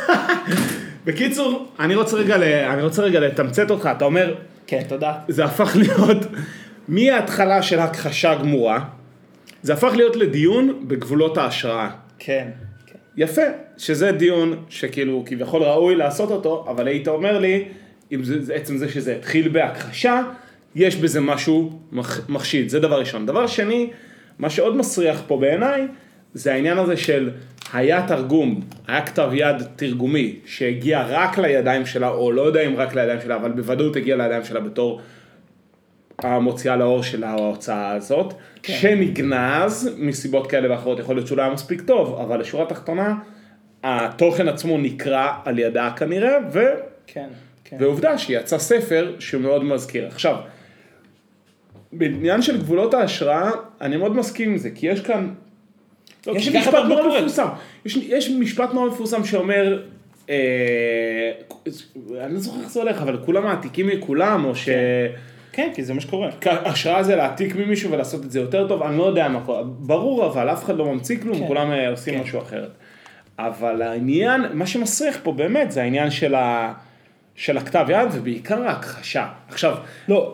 S1: בקיצור, אני רוצה רגע אני רוצה רגע לתמצת אותך, אתה אומר,
S2: כן, תודה.
S1: זה הפך להיות, מההתחלה של הכחשה גמורה, זה הפך להיות לדיון בגבולות ההשראה.
S2: כן.
S1: יפה, שזה דיון שכאילו כביכול ראוי לעשות אותו, אבל היית אומר לי, אם זה, זה עצם זה שזה התחיל בהכחשה, יש בזה משהו מחשיד, זה דבר ראשון. דבר שני, מה שעוד מסריח פה בעיניי, זה העניין הזה של היה תרגום, היה כתב יד תרגומי, שהגיע רק לידיים שלה, או לא יודע אם רק לידיים שלה, אבל בוודאות הגיע לידיים שלה בתור המוציאה לאור של ההוצאה הזאת, כן. שנגנז מסיבות כאלה ואחרות, יכול להיות שאולי היה מספיק טוב, אבל לשורה התחתונה, התוכן עצמו נקרא על ידה כנראה, ו...
S2: כן, כן.
S1: ועובדה שיצא ספר שמאוד מזכיר. עכשיו, בעניין של גבולות ההשראה, אני מאוד מסכים עם זה, כי יש כאן, יש משפט מאוד מפורסם, יש, יש משפט מאוד מפורסם שאומר, אה, אני לא זוכר איך זה הולך, אבל כולם מעתיקים מכולם, או ש...
S2: כן, כי זה מה שקורה.
S1: השראה זה להעתיק ממישהו ולעשות את זה יותר טוב, אני לא יודע מה קורה, ברור, אבל אף אחד לא ממציא כלום, כולם עושים משהו אחרת. אבל העניין, מה שמסריח פה באמת, זה העניין של ה... של הכתב יד, ובעיקר ההכחשה. עכשיו,
S2: לא,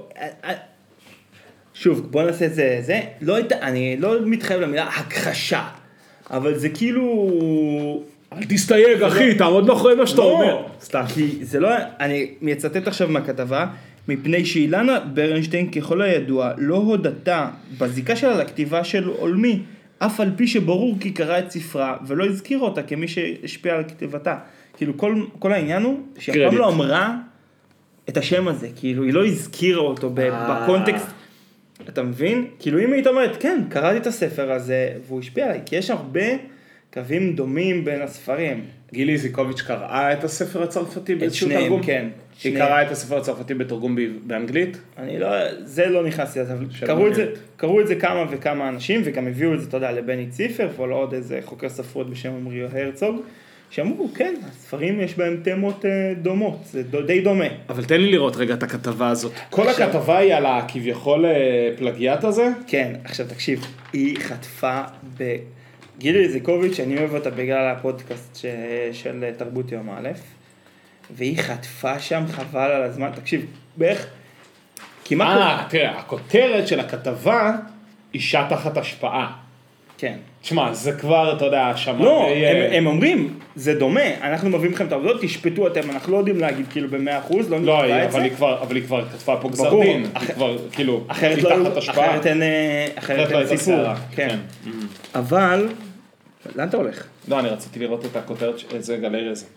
S2: שוב, בוא נעשה את זה, זה, לא הייתה, אני לא מתחייב למילה הכחשה, אבל זה כאילו...
S1: אל תסתייג, אחי, תעמוד מאחורי מה שאתה אומר.
S2: סתם. כי זה לא, אני מצטט עכשיו מהכתבה, מפני שאילנה ברנשטיין, ככל הידוע, לא הודתה בזיקה שלה לכתיבה של עולמי, אף על פי שברור כי קרא את ספרה, ולא הזכירה אותה כמי שהשפיע על כתיבתה. כאילו, כל, כל העניין הוא, שאף פעם לא אמרה את השם הזה, כאילו, היא לא הזכירה אותו בקונטקסט, אתה מבין? כאילו, אם היית אומרת, כן, קראתי את הספר הזה, והוא השפיע עליי, כי יש הרבה קווים דומים בין הספרים.
S1: גילי איזיקוביץ' קראה את הספר הצרפתי באיזשהו תרגום?
S2: את שניהם, כן.
S1: היא קראה את הספר הצרפתי בתרגום באנגלית?
S2: אני לא, זה לא נכנסתי לזה, אבל קראו את זה, קראו את זה כמה וכמה אנשים, וגם הביאו את זה, תודה, לבני ציפר, ולא עוד איזה חוקר ספרות בשם עמרי הרצוג, שאמרו, כן, הספרים יש בהם תמות דומות, זה די דומה.
S1: אבל תן לי לראות רגע את הכתבה הזאת. כל הכתבה היא על הכביכול פלגיאט הזה?
S2: כן, עכשיו תקשיב, היא חטפה ב... גילי איזיקוביץ', אני אוהב אותה בגלל הפודקאסט של תרבות יום א', והיא חטפה שם חבל על הזמן, תקשיב, בערך, כמעט...
S1: אה, תראה, הכותרת של הכתבה, אישה תחת השפעה.
S2: כן.
S1: תשמע, זה כבר, אתה יודע, שמע...
S2: לא, הם, הם אומרים, זה דומה, אנחנו מביאים לכם את העבודות, תשפטו אתם, אנחנו לא יודעים להגיד כאילו במאה אחוז, לא
S1: נקרא את זה. לא, אבל היא כבר כתבה פה גזר דין, היא כבר, כאילו,
S2: אחרת לא, אחרת אין, אחרת אין סיפור. כן. אבל, לאן אתה הולך?
S1: לא, אני רציתי לראות את הכותרת, איזה גלריה זה.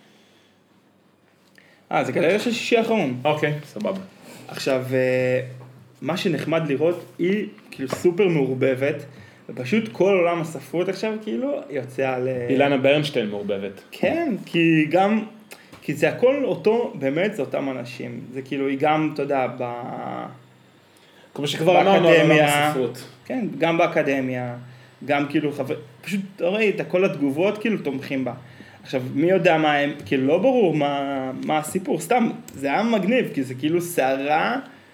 S2: אה, זה גלריה של שישי האחרון.
S1: אוקיי, סבבה.
S2: עכשיו, מה שנחמד לראות, היא כאילו סופר מעורבבת, ופשוט כל עולם הספרות עכשיו כאילו יוצא על...
S1: אילנה ברנשטיין מעורבבת.
S2: כן, כי גם, כי זה הכל אותו, באמת זה אותם אנשים. זה כאילו, היא גם, אתה יודע, ב...
S1: כמו שכבר אמרנו על עולם הספרות.
S2: כן, גם באקדמיה, גם כאילו חבר, פשוט ראית, כל התגובות כאילו תומכים בה. עכשיו, מי יודע מה הם, כאילו לא ברור מה, מה הסיפור, סתם, זה היה מגניב, כי זה כאילו שערה,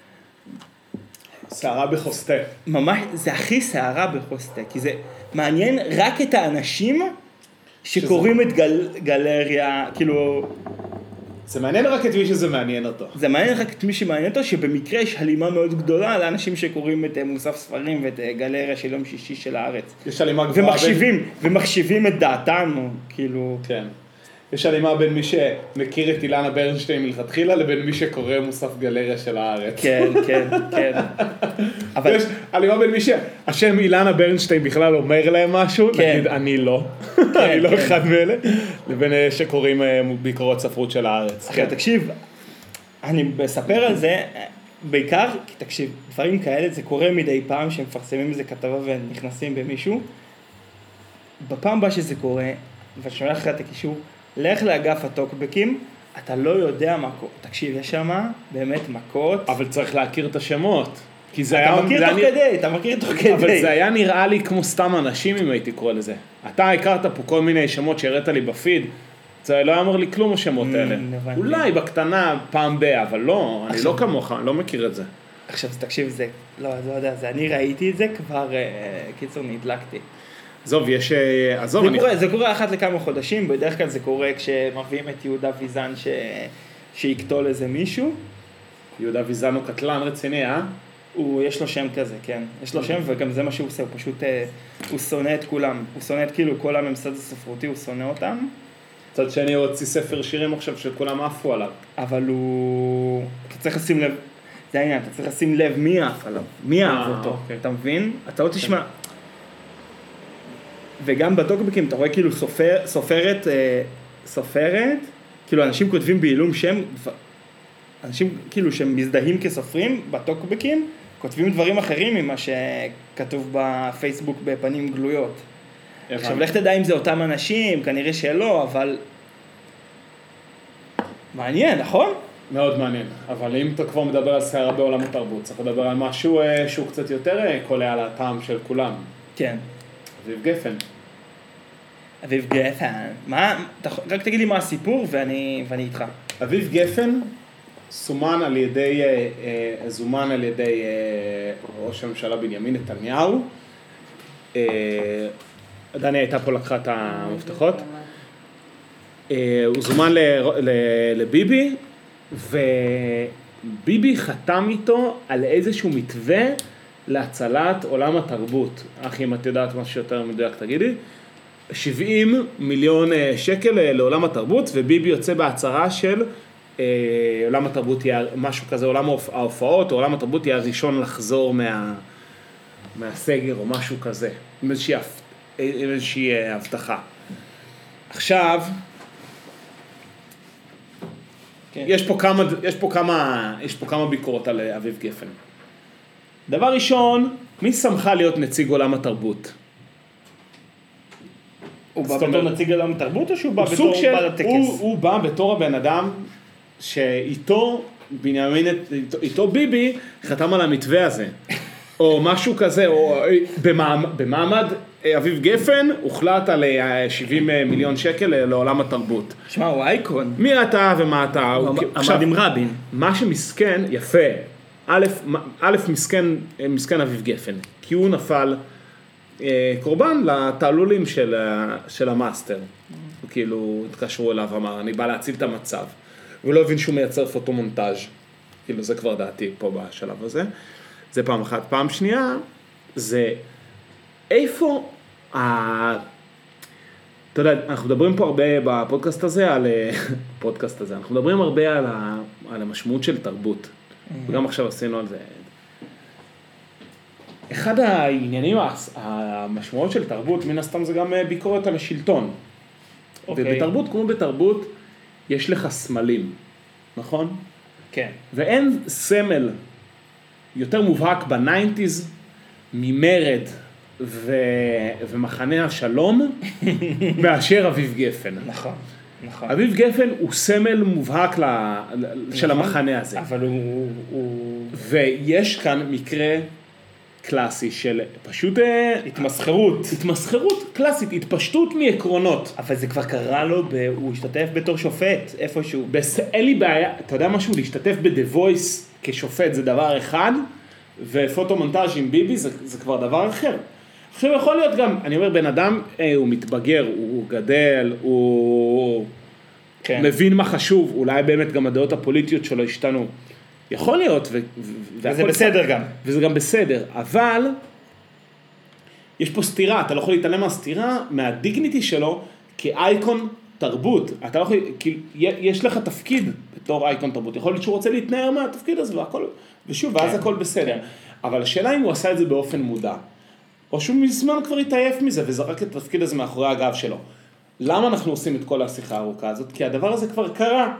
S1: שערה בחוסטה.
S2: ממש, זה הכי שערה בחוסטה, כי זה מעניין רק את האנשים שקוראים את גל, גלריה, כאילו...
S1: זה מעניין רק את מי שזה מעניין אותו.
S2: זה מעניין רק את מי שמעניין אותו, שבמקרה יש הלימה מאוד גדולה לאנשים שקוראים את מוסף ספרים ואת גלריה של יום שישי של הארץ.
S1: יש הלימה גבוהה
S2: ומחשיבים, בין... ומחשיבים את דעתם, כאילו...
S1: כן. יש הלימה בין מי שמכיר את אילנה ברנשטיין מלכתחילה, לבין מי שקורא מוסף גלריה של הארץ.
S2: כן, כן, כן.
S1: אבל... יש הלימה בין מי שהשם אילנה ברנשטיין בכלל אומר להם משהו,
S2: כן.
S1: נגיד אני לא, כן, אני לא כן. אחד מאלה, לבין שקוראים ביקורות ספרות של הארץ.
S2: אחרי, כן. תקשיב, אני מספר על זה, בעיקר, כי תקשיב, דברים כאלה, זה קורה מדי פעם שמפרסמים איזה כתבה ונכנסים במישהו, בפעם הבאה שזה קורה, ושומע לך את הקישור, לך לאגף הטוקבקים, אתה לא יודע מה קורה. תקשיב, יש שם באמת מכות.
S1: אבל צריך להכיר את השמות. כי זה
S2: אתה
S1: היה...
S2: מכיר תוך
S1: נרא...
S2: כדי, אתה מכיר תוך כדי.
S1: אבל זה היה נראה לי כמו סתם אנשים, אם הייתי קורא לזה. אתה הכרת פה כל מיני שמות שהראית לי בפיד, זה לא אמר לי כלום השמות האלה. אולי בקטנה פעם בה, אבל לא, אני לא כמוך, אני לא מכיר את זה.
S2: עכשיו, תקשיב, זה, לא, לא יודע, זה, אני ראיתי את זה כבר, קיצור, נדלקתי.
S1: עזוב, יש... עזוב,
S2: זה,
S1: אני...
S2: קורה, זה קורה אחת לכמה חודשים, בדרך כלל זה קורה כשמביאים את יהודה ויזן ש... שיקטול איזה מישהו.
S1: יהודה ויזן הוא קטלן רציני, אה?
S2: הוא, יש לו שם כזה, כן. יש לו שם, וגם זה מה שהוא עושה, הוא פשוט, הוא שונא את כולם. הוא שונא את כאילו כל הממסד הספרותי, הוא שונא אותם.
S1: מצד שני הוא הוציא ספר שירים עכשיו שכולם עפו עליו.
S2: אבל הוא... אתה צריך לשים לב, זה העניין, אתה צריך לשים לב מי עף עליו, מי אהב אותו,
S1: אוקיי.
S2: אתה מבין? אתה לא תשמע... וגם בטוקבקים אתה רואה כאילו סופר, סופרת, סופרת, כאילו אנשים כותבים בעילום שם, אנשים כאילו שהם מזדהים כסופרים בטוקבקים, כותבים דברים אחרים ממה שכתוב בפייסבוק בפנים גלויות. עכשיו לך תדע אם זה אותם אנשים, כנראה שלא, אבל מעניין, נכון?
S1: מאוד מעניין, אבל אם אתה כבר מדבר על סערה בעולם התרבות, צריך לדבר על משהו שהוא קצת יותר קולע על הטעם של כולם.
S2: כן.
S1: אביב גפן.
S2: אביב גפן. מה? רק תגיד לי מה הסיפור ואני, ואני איתך.
S1: אביב גפן סומן על ידי, זומן על ידי ראש הממשלה בנימין נתניהו. דני הייתה פה לקחה את המפתחות. הוא זומן לביבי, וביבי חתם איתו על איזשהו מתווה להצלת עולם התרבות. אך אם את יודעת משהו יותר מדויק, תגידי. שבעים מיליון שקל לעולם התרבות, וביבי יוצא בהצהרה של עולם התרבות יהיה משהו כזה, עולם ההופעות, או עולם התרבות יהיה הראשון לחזור מה, מהסגר או משהו כזה, עם איזושהי, עם איזושהי הבטחה. עכשיו, כן. יש פה כמה, יש פה כמה, יש פה כמה ביקורות על אביב גפן. דבר ראשון, מי שמחה להיות נציג עולם התרבות?
S2: הוא בא בתור נציג עולם התרבות או שהוא בא בתור בעל הטקס?
S1: הוא, הוא בא בתור הבן אדם שאיתו בנימין, איתו ביבי חתם על המתווה הזה. או משהו כזה, או במעמד, במעמד אביב גפן הוחלט על שבעים מיליון שקל לעולם התרבות.
S2: שמע, הוא אייקון.
S1: מי אתה ומה אתה?
S2: הוא עמד עם רבין.
S1: מה שמסכן, יפה. א', א', מסכן, מסכן אביב גפן, כי הוא נפל אה, קורבן לתעלולים של, של המאסטר. הוא כאילו התקשרו אליו ואמר, אני בא להציל את המצב. הוא לא הבין שהוא מייצר פוטומונטאז'. כאילו זה כבר דעתי פה בשלב הזה. זה פעם אחת. פעם שנייה, זה איפה, ה... אתה יודע, אנחנו מדברים פה הרבה בפודקאסט הזה, על פודקאסט הזה, אנחנו מדברים הרבה על, ה... על המשמעות של תרבות. וגם עכשיו עשינו על זה. אחד העניינים, המשמעות של תרבות, מן הסתם זה גם ביקורת על השלטון. Okay. ובתרבות, כמו בתרבות, יש לך סמלים, נכון?
S2: כן.
S1: ואין סמל יותר מובהק בניינטיז ממרד ו... ומחנה השלום מאשר אביב גפן.
S2: נכון. נכון.
S1: אביב גפן הוא סמל מובהק ל... של המחנה הזה.
S2: אבל הוא, הוא...
S1: ויש כאן מקרה קלאסי של פשוט...
S2: התמסחרות.
S1: התמסחרות קלאסית, התפשטות מעקרונות.
S2: אבל זה כבר קרה לו, ב... הוא השתתף בתור שופט, איפשהו.
S1: בס... אין לי בעיה, אתה יודע משהו, להשתתף ב-The Voice כשופט זה דבר אחד, ופוטומונטאז' עם ביבי זה, זה כבר דבר אחר. עכשיו יכול להיות גם, אני אומר, בן אדם, אה, הוא מתבגר, הוא גדל, הוא כן. מבין מה חשוב, אולי באמת גם הדעות הפוליטיות שלו השתנו. יכול להיות, ו- ו-
S2: וזה בסדר
S1: סדר,
S2: גם.
S1: וזה גם בסדר, אבל יש פה סתירה, אתה לא יכול להתעלם מהסתירה, מהדיגניטי שלו כאייקון תרבות. אתה לא יכול, כי יש לך תפקיד בתור אייקון תרבות, יכול להיות שהוא רוצה להתנער מהתפקיד הזה, והכל, ושוב, ואז
S2: כן,
S1: הכל בסדר.
S2: כן.
S1: אבל השאלה אם הוא עשה את זה באופן מודע, או שהוא מזמן כבר התעייף מזה, וזרק את התפקיד הזה מאחורי הגב שלו. למה אנחנו עושים את כל השיחה הארוכה הזאת? כי הדבר הזה כבר קרה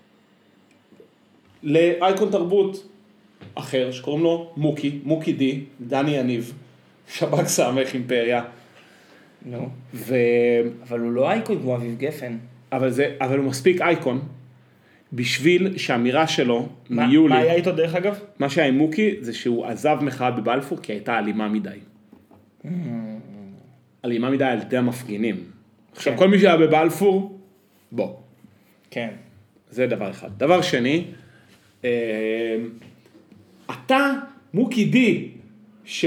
S1: לאייקון תרבות אחר, שקוראים לו מוקי, מוקי די, דני יניב, שב"כ סמך אימפריה.
S2: נו.
S1: ו...
S2: אבל הוא לא אייקון כמו אביב גפן.
S1: אבל, זה, אבל הוא מספיק אייקון, בשביל שהאמירה שלו
S2: מה,
S1: מיולי...
S2: מה היה איתו דרך אגב?
S1: מה שהיה עם מוקי זה שהוא עזב מחאה בבלפור, כי הייתה אלימה מדי.
S2: Mm.
S1: אלימה מדי על ידי המפגינים. עכשיו,
S2: כן.
S1: כל מי שהיה בבלפור, בוא.
S2: כן.
S1: זה דבר אחד. דבר שני, אה, אתה, מוקי די, ש...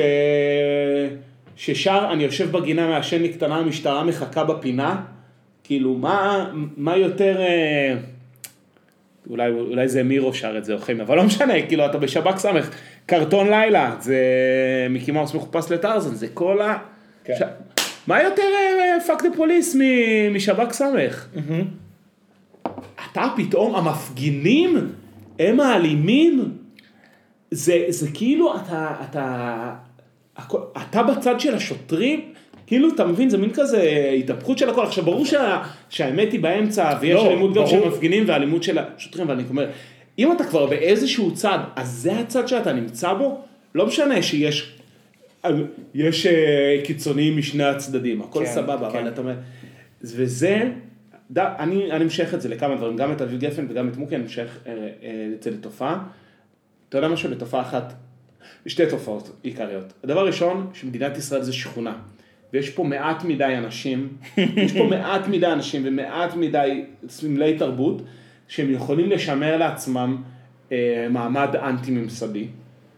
S1: ששר, אני יושב בגינה מעשן לי קטנה, המשטרה מחכה בפינה, כאילו, מה, מה יותר, אה, אולי, אולי זה מירו שר את זה, אוכלים, אבל לא משנה, כאילו, אתה בשב"כ סמך, קרטון לילה, זה מיקי מאוס מחופש לטרזן, זה כל ה...
S2: כן.
S1: ש... מה יותר פאק דה פוליס משב"כ סמך?
S2: Mm-hmm.
S1: אתה פתאום, המפגינים, הם האלימים, זה, זה כאילו, אתה, אתה, אתה בצד של השוטרים, כאילו, אתה מבין, זה מין כזה התהפכות של הכל. עכשיו, ברור שה, שהאמת היא באמצע, ויש
S2: לא,
S1: אלימות גם
S2: ברור.
S1: של מפגינים, והאלימות של השוטרים, ואני אומר, אם אתה כבר באיזשהו צד, אז זה הצד שאתה נמצא בו, לא משנה שיש, יש קיצוניים משני הצדדים, הכל
S2: כן,
S1: סבבה,
S2: כן.
S1: אבל אתה אומר, וזה, דה, אני, אני משייך את זה לכמה דברים, גם את אביב גפן וגם את מוקי, אני משייך אה, אה, את זה לתופעה. אתה יודע משהו? לתופעה אחת, שתי תופעות עיקריות. הדבר ראשון, שמדינת ישראל זה שכונה, ויש פה מעט מדי אנשים, יש פה מעט מדי אנשים ומעט מדי סמלי תרבות, שהם יכולים לשמר לעצמם אה, מעמד אנטי-ממסדי.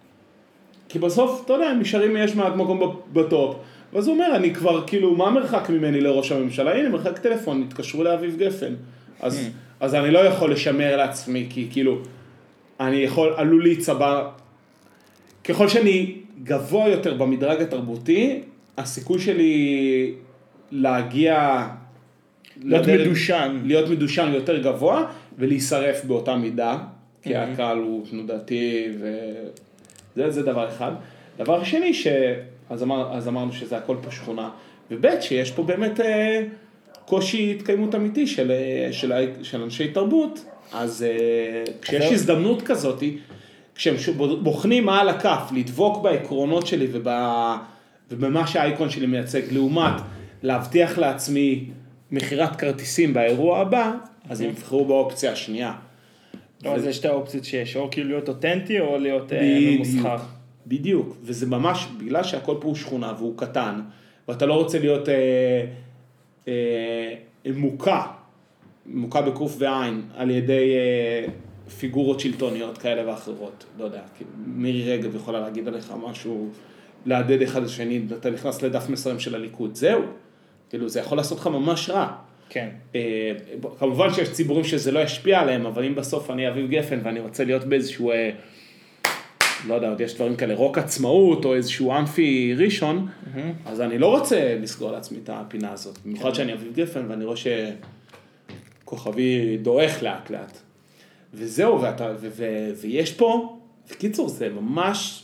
S1: כי בסוף, אתה יודע, הם נשארים יש מעט מקום בטופ, ואז הוא אומר, אני כבר, כאילו, מה המרחק ממני לראש הממשלה? הנה, מרחק טלפון, התקשרו לאביב גפן. אז, אז אני לא יכול לשמר לעצמי, כי כאילו, אני יכול, עלול להיצבע, ככל שאני גבוה יותר במדרג התרבותי, הסיכוי שלי להגיע,
S2: להיות
S1: לדרג,
S2: מדושן.
S1: להיות מדושן יותר גבוה, ולהישרף באותה מידה, כי הקהל הוא תנודתי, וזה זה דבר אחד. דבר שני, ש... אז, אמר, אז אמרנו שזה הכל פה שכונה, וב' שיש פה באמת אה, קושי התקיימות אמיתי של, של, של אנשי תרבות, אז אה, כשיש הזדמנות כזאת, כשהם בוחנים מה על הכף, לדבוק בעקרונות שלי ובא, ובמה שהאייקון שלי מייצג, לעומת להבטיח לעצמי מחירת כרטיסים באירוע הבא, אז הם יבחרו באופציה השנייה.
S2: אז יש שתי האופציות שיש, או כאילו להיות אותנטי או להיות ממוסחר.
S1: בדיוק, וזה ממש, בגלל שהכל פה הוא שכונה והוא קטן, ואתה לא רוצה להיות אה, אה, מוקע, מוקע בקוף ועין, על ידי אה, פיגורות שלטוניות כאלה ואחרות, לא יודע, מירי רגב יכולה להגיד עליך משהו, לעדד אחד לשני, אתה נכנס לדף מסרים של הליכוד, זהו, כאילו זה יכול לעשות לך ממש רע.
S2: כן.
S1: אה, כמובן שיש ציבורים שזה לא ישפיע עליהם, אבל אם בסוף אני אביב גפן ואני רוצה להיות באיזשהו... אה, לא יודע, עוד יש דברים כאלה, רוק עצמאות או איזשהו אמפי ראשון, mm-hmm. אז אני לא רוצה לסגור לעצמי את הפינה הזאת, במיוחד שאני אביב גפן ואני רואה שכוכבי דועך לאט לאט. וזהו, ואתה, ו- ו- ויש פה, בקיצור, זה ממש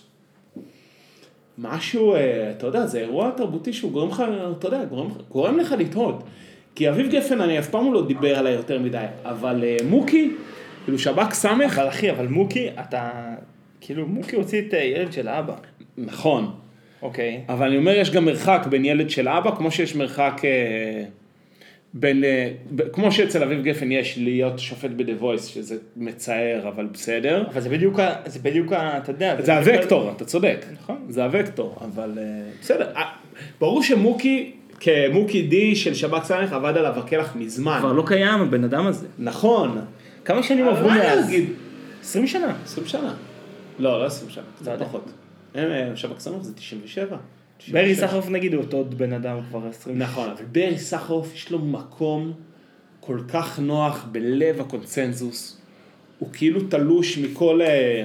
S1: משהו, אתה יודע, זה אירוע תרבותי שהוא גורם לך, אתה יודע, גורם, גורם לך לתהות. כי אביב גפן, אני אף פעם לא דיבר עליי יותר מדי, אבל מוקי, כאילו שב"כ סמך.
S2: אבל אחי, אבל מוקי, אתה... כאילו, מוקי הוציא את ילד של אבא.
S1: נכון.
S2: אוקיי.
S1: אבל אני אומר, יש גם מרחק בין בין ילד של אבא, כמו שיש מרחק אה, בין, כמו שאצל אביב גפן יש להיות שופט ב-The Voice, שזה מצער, אבל בסדר.
S2: אבל זה בדיוק, זה בדיוק, אתה יודע.
S1: זה הוקטור, אתה צודק.
S2: נכון.
S1: זה הוקטור, אבל בסדר. ברור שמוקי, כמוקי די של שב"כ סמך, עבד עליו הכלח מזמן.
S2: כבר לא קיים הבן אדם הזה.
S1: נכון.
S2: כמה שנים עברו מאז? עשרים שנה.
S1: עשרים שנה. לא, לא עשרים שנה, זה פחות. שב"כ סמך זה תשעים ושבע.
S2: ברי סחרוף נגיד הוא אותו בן אדם כבר עשרים.
S1: נכון, אבל ברי סחרוף יש לו מקום כל כך נוח בלב הקונצנזוס. הוא כאילו תלוש מכל,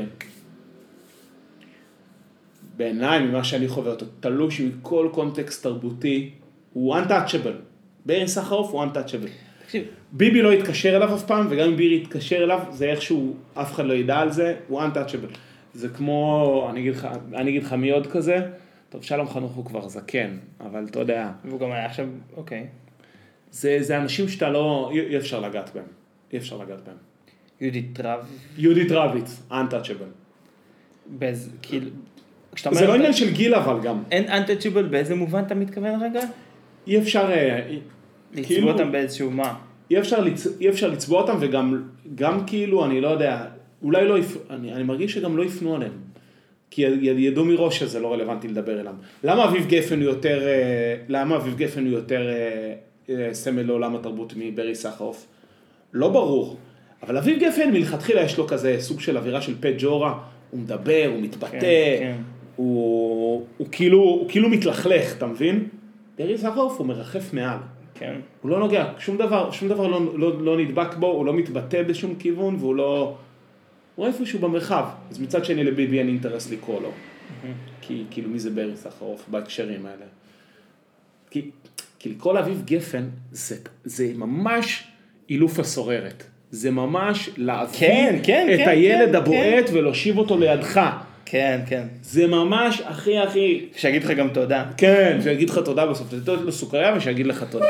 S1: בעיניי ממה שאני חווה אותו, תלוש מכל קונטקסט תרבותי. הוא untouchable. ברי סחרוף הוא untouchable.
S2: תקשיב.
S1: ביבי לא יתקשר אליו אף פעם, וגם אם בירי יתקשר אליו, זה איכשהו, אף אחד לא ידע על זה, הוא untouchable. זה כמו, אני אגיד לך, אני אגיד לך מי עוד כזה, טוב, שלום חנוך הוא כבר זקן, אבל אתה יודע.
S2: והוא גם היה עכשיו, אוקיי.
S1: זה, זה אנשים שאתה לא, אי אפשר לגעת בהם. אי אפשר לגעת בהם.
S2: יהודית רב.
S1: יהודית רביץ, untouchable.
S2: באיזה, כאילו,
S1: זה לא עניין של גיל אבל גם.
S2: אין untouchable, באיזה מובן אתה מתכוון רגע?
S1: אי אפשר,
S2: לצבוע אותם באיזשהו מה?
S1: אי אפשר, אי אפשר לצבוע אותם וגם, גם כאילו, אני לא יודע, אולי לא, אני, אני מרגיש שגם לא יפנו עליהם. כי ידעו מראש שזה לא רלוונטי לדבר אליהם. למה אביב גפן הוא יותר, למה אביב גפן הוא יותר סמל לעולם התרבות מברי סחרוף? לא ברור. אבל אביב גפן מלכתחילה יש לו כזה סוג של אווירה של פה ג'ורה, הוא מדבר, הוא מתבטא, כן, כן. הוא, הוא, כאילו, הוא כאילו מתלכלך, אתה מבין? ברי סחרוף הוא מרחף מעל.
S2: כן.
S1: הוא לא נוגע, שום דבר, שום דבר לא, לא, לא נדבק בו, הוא לא מתבטא בשום כיוון, והוא לא... הוא איפשהו במרחב. אז מצד שני לביבי אין אינטרס לקרוא לו. כי כאילו מי זה ברי סחרוף בהקשרים האלה. כי, כי לקרוא לאביב גפן זה, זה ממש אילוף הסוררת. זה ממש להביא
S2: כן, כן,
S1: את
S2: כן,
S1: הילד
S2: כן,
S1: הבועט
S2: כן.
S1: ולהושיב אותו לידך.
S2: כן, כן.
S1: זה ממש הכי הכי...
S2: שיגיד לך גם תודה.
S1: כן, שיגיד לך תודה בסוף. תתן לו סוכריה ושיגיד לך תודה.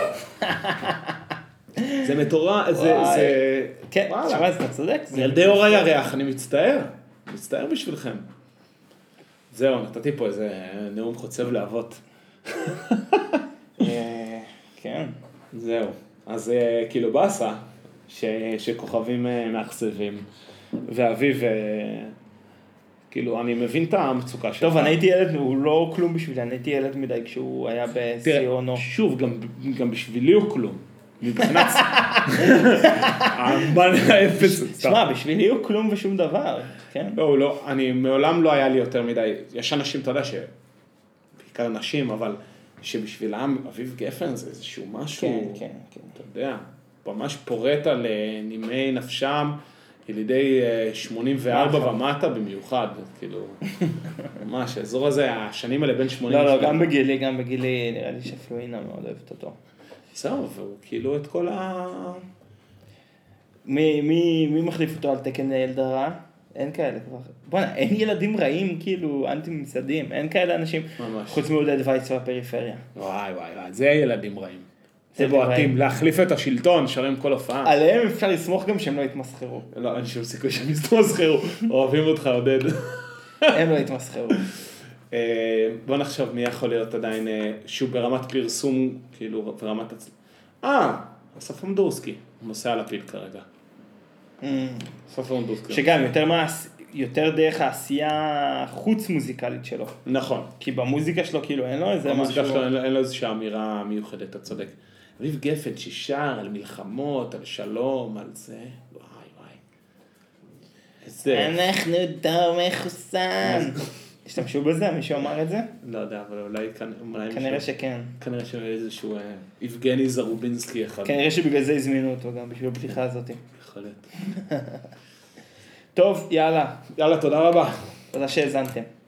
S1: זה מטורף, זה... זה...
S2: כן, תשמע, אתה צודק.
S1: ילדי אור הירח, אני מצטער. מצטער בשבילכם. זהו, נתתי פה איזה נאום חוצב להבות.
S2: כן.
S1: זהו. אז כאילו בסה, שכוכבים מאכזבים, ואביב, כאילו, אני מבין את המצוקה שלך.
S2: טוב, אני הייתי ילד, הוא לא כלום בשבילי, אני הייתי ילד מדי כשהוא היה בסיונו.
S1: שוב, גם בשבילי הוא כלום. מבחינת... האמן האפס.
S2: תשמע, בשבילי הוא כלום ושום דבר, כן?
S1: לא, לא, אני מעולם לא היה לי יותר מדי, יש אנשים, אתה יודע, בעיקר נשים, אבל שבשבילם אביב גפן זה איזשהו משהו,
S2: כן, כן, כן.
S1: אתה יודע, ממש פורט על נימי נפשם, ילידי שמונים וארבע ומטה במיוחד, כאילו, ממש, האזור הזה, השנים האלה בין שמונים...
S2: לא, לא, גם בגילי, גם בגילי, נראה לי שפלואינה מאוד אוהבת אותו.
S1: זהו, והוא כאילו את כל ה...
S2: מי, מי, מי מחליף אותו על תקן ילד רע? אין כאלה כבר. בוא'נה, אין ילדים רעים, כאילו, אנטי-ממסדים, אין כאלה אנשים,
S1: ממש.
S2: חוץ מעודד וייץ בפריפריה.
S1: וואי, וואי, וואי, זה ילדים רעים. זה בועטים, להחליף את השלטון, שרים כל הופעה.
S2: עליהם אפשר לסמוך גם שהם לא יתמסחרו.
S1: לא, אין שום סיכוי שהם יתמסחרו. אוהבים אותך, עודד.
S2: הם לא יתמסחרו.
S1: בוא נחשוב מי יכול להיות עדיין, שהוא ברמת פרסום, כאילו, ברמת עצמי. אה, אסף אמדורסקי, הוא נוסע על הפיל כרגע. אסף אמדורסקי.
S2: שגם יותר מה... יותר דרך העשייה חוץ מוזיקלית שלו.
S1: נכון.
S2: כי במוזיקה שלו כאילו אין לו איזה משהו...
S1: במוזיקה שלו אין לו, אין לו איזושהי אמירה מיוחדת, אתה צודק. אביב גפן ששר על מלחמות, על שלום, על זה, וואי וואי. איזה...
S2: אנחנו דור מחוסן. השתמשו בזה? מישהו אמר את זה?
S1: לא יודע, אבל אולי...
S2: כנראה שכן.
S1: כנראה שאיזשהו יבגני זרובינסקי אחד.
S2: כנראה שבגלל זה הזמינו אותו גם בשביל הבדיחה הזאת.
S1: בהחלט.
S2: טוב, יאללה.
S1: יאללה, תודה רבה.
S2: תודה שהאזנתם.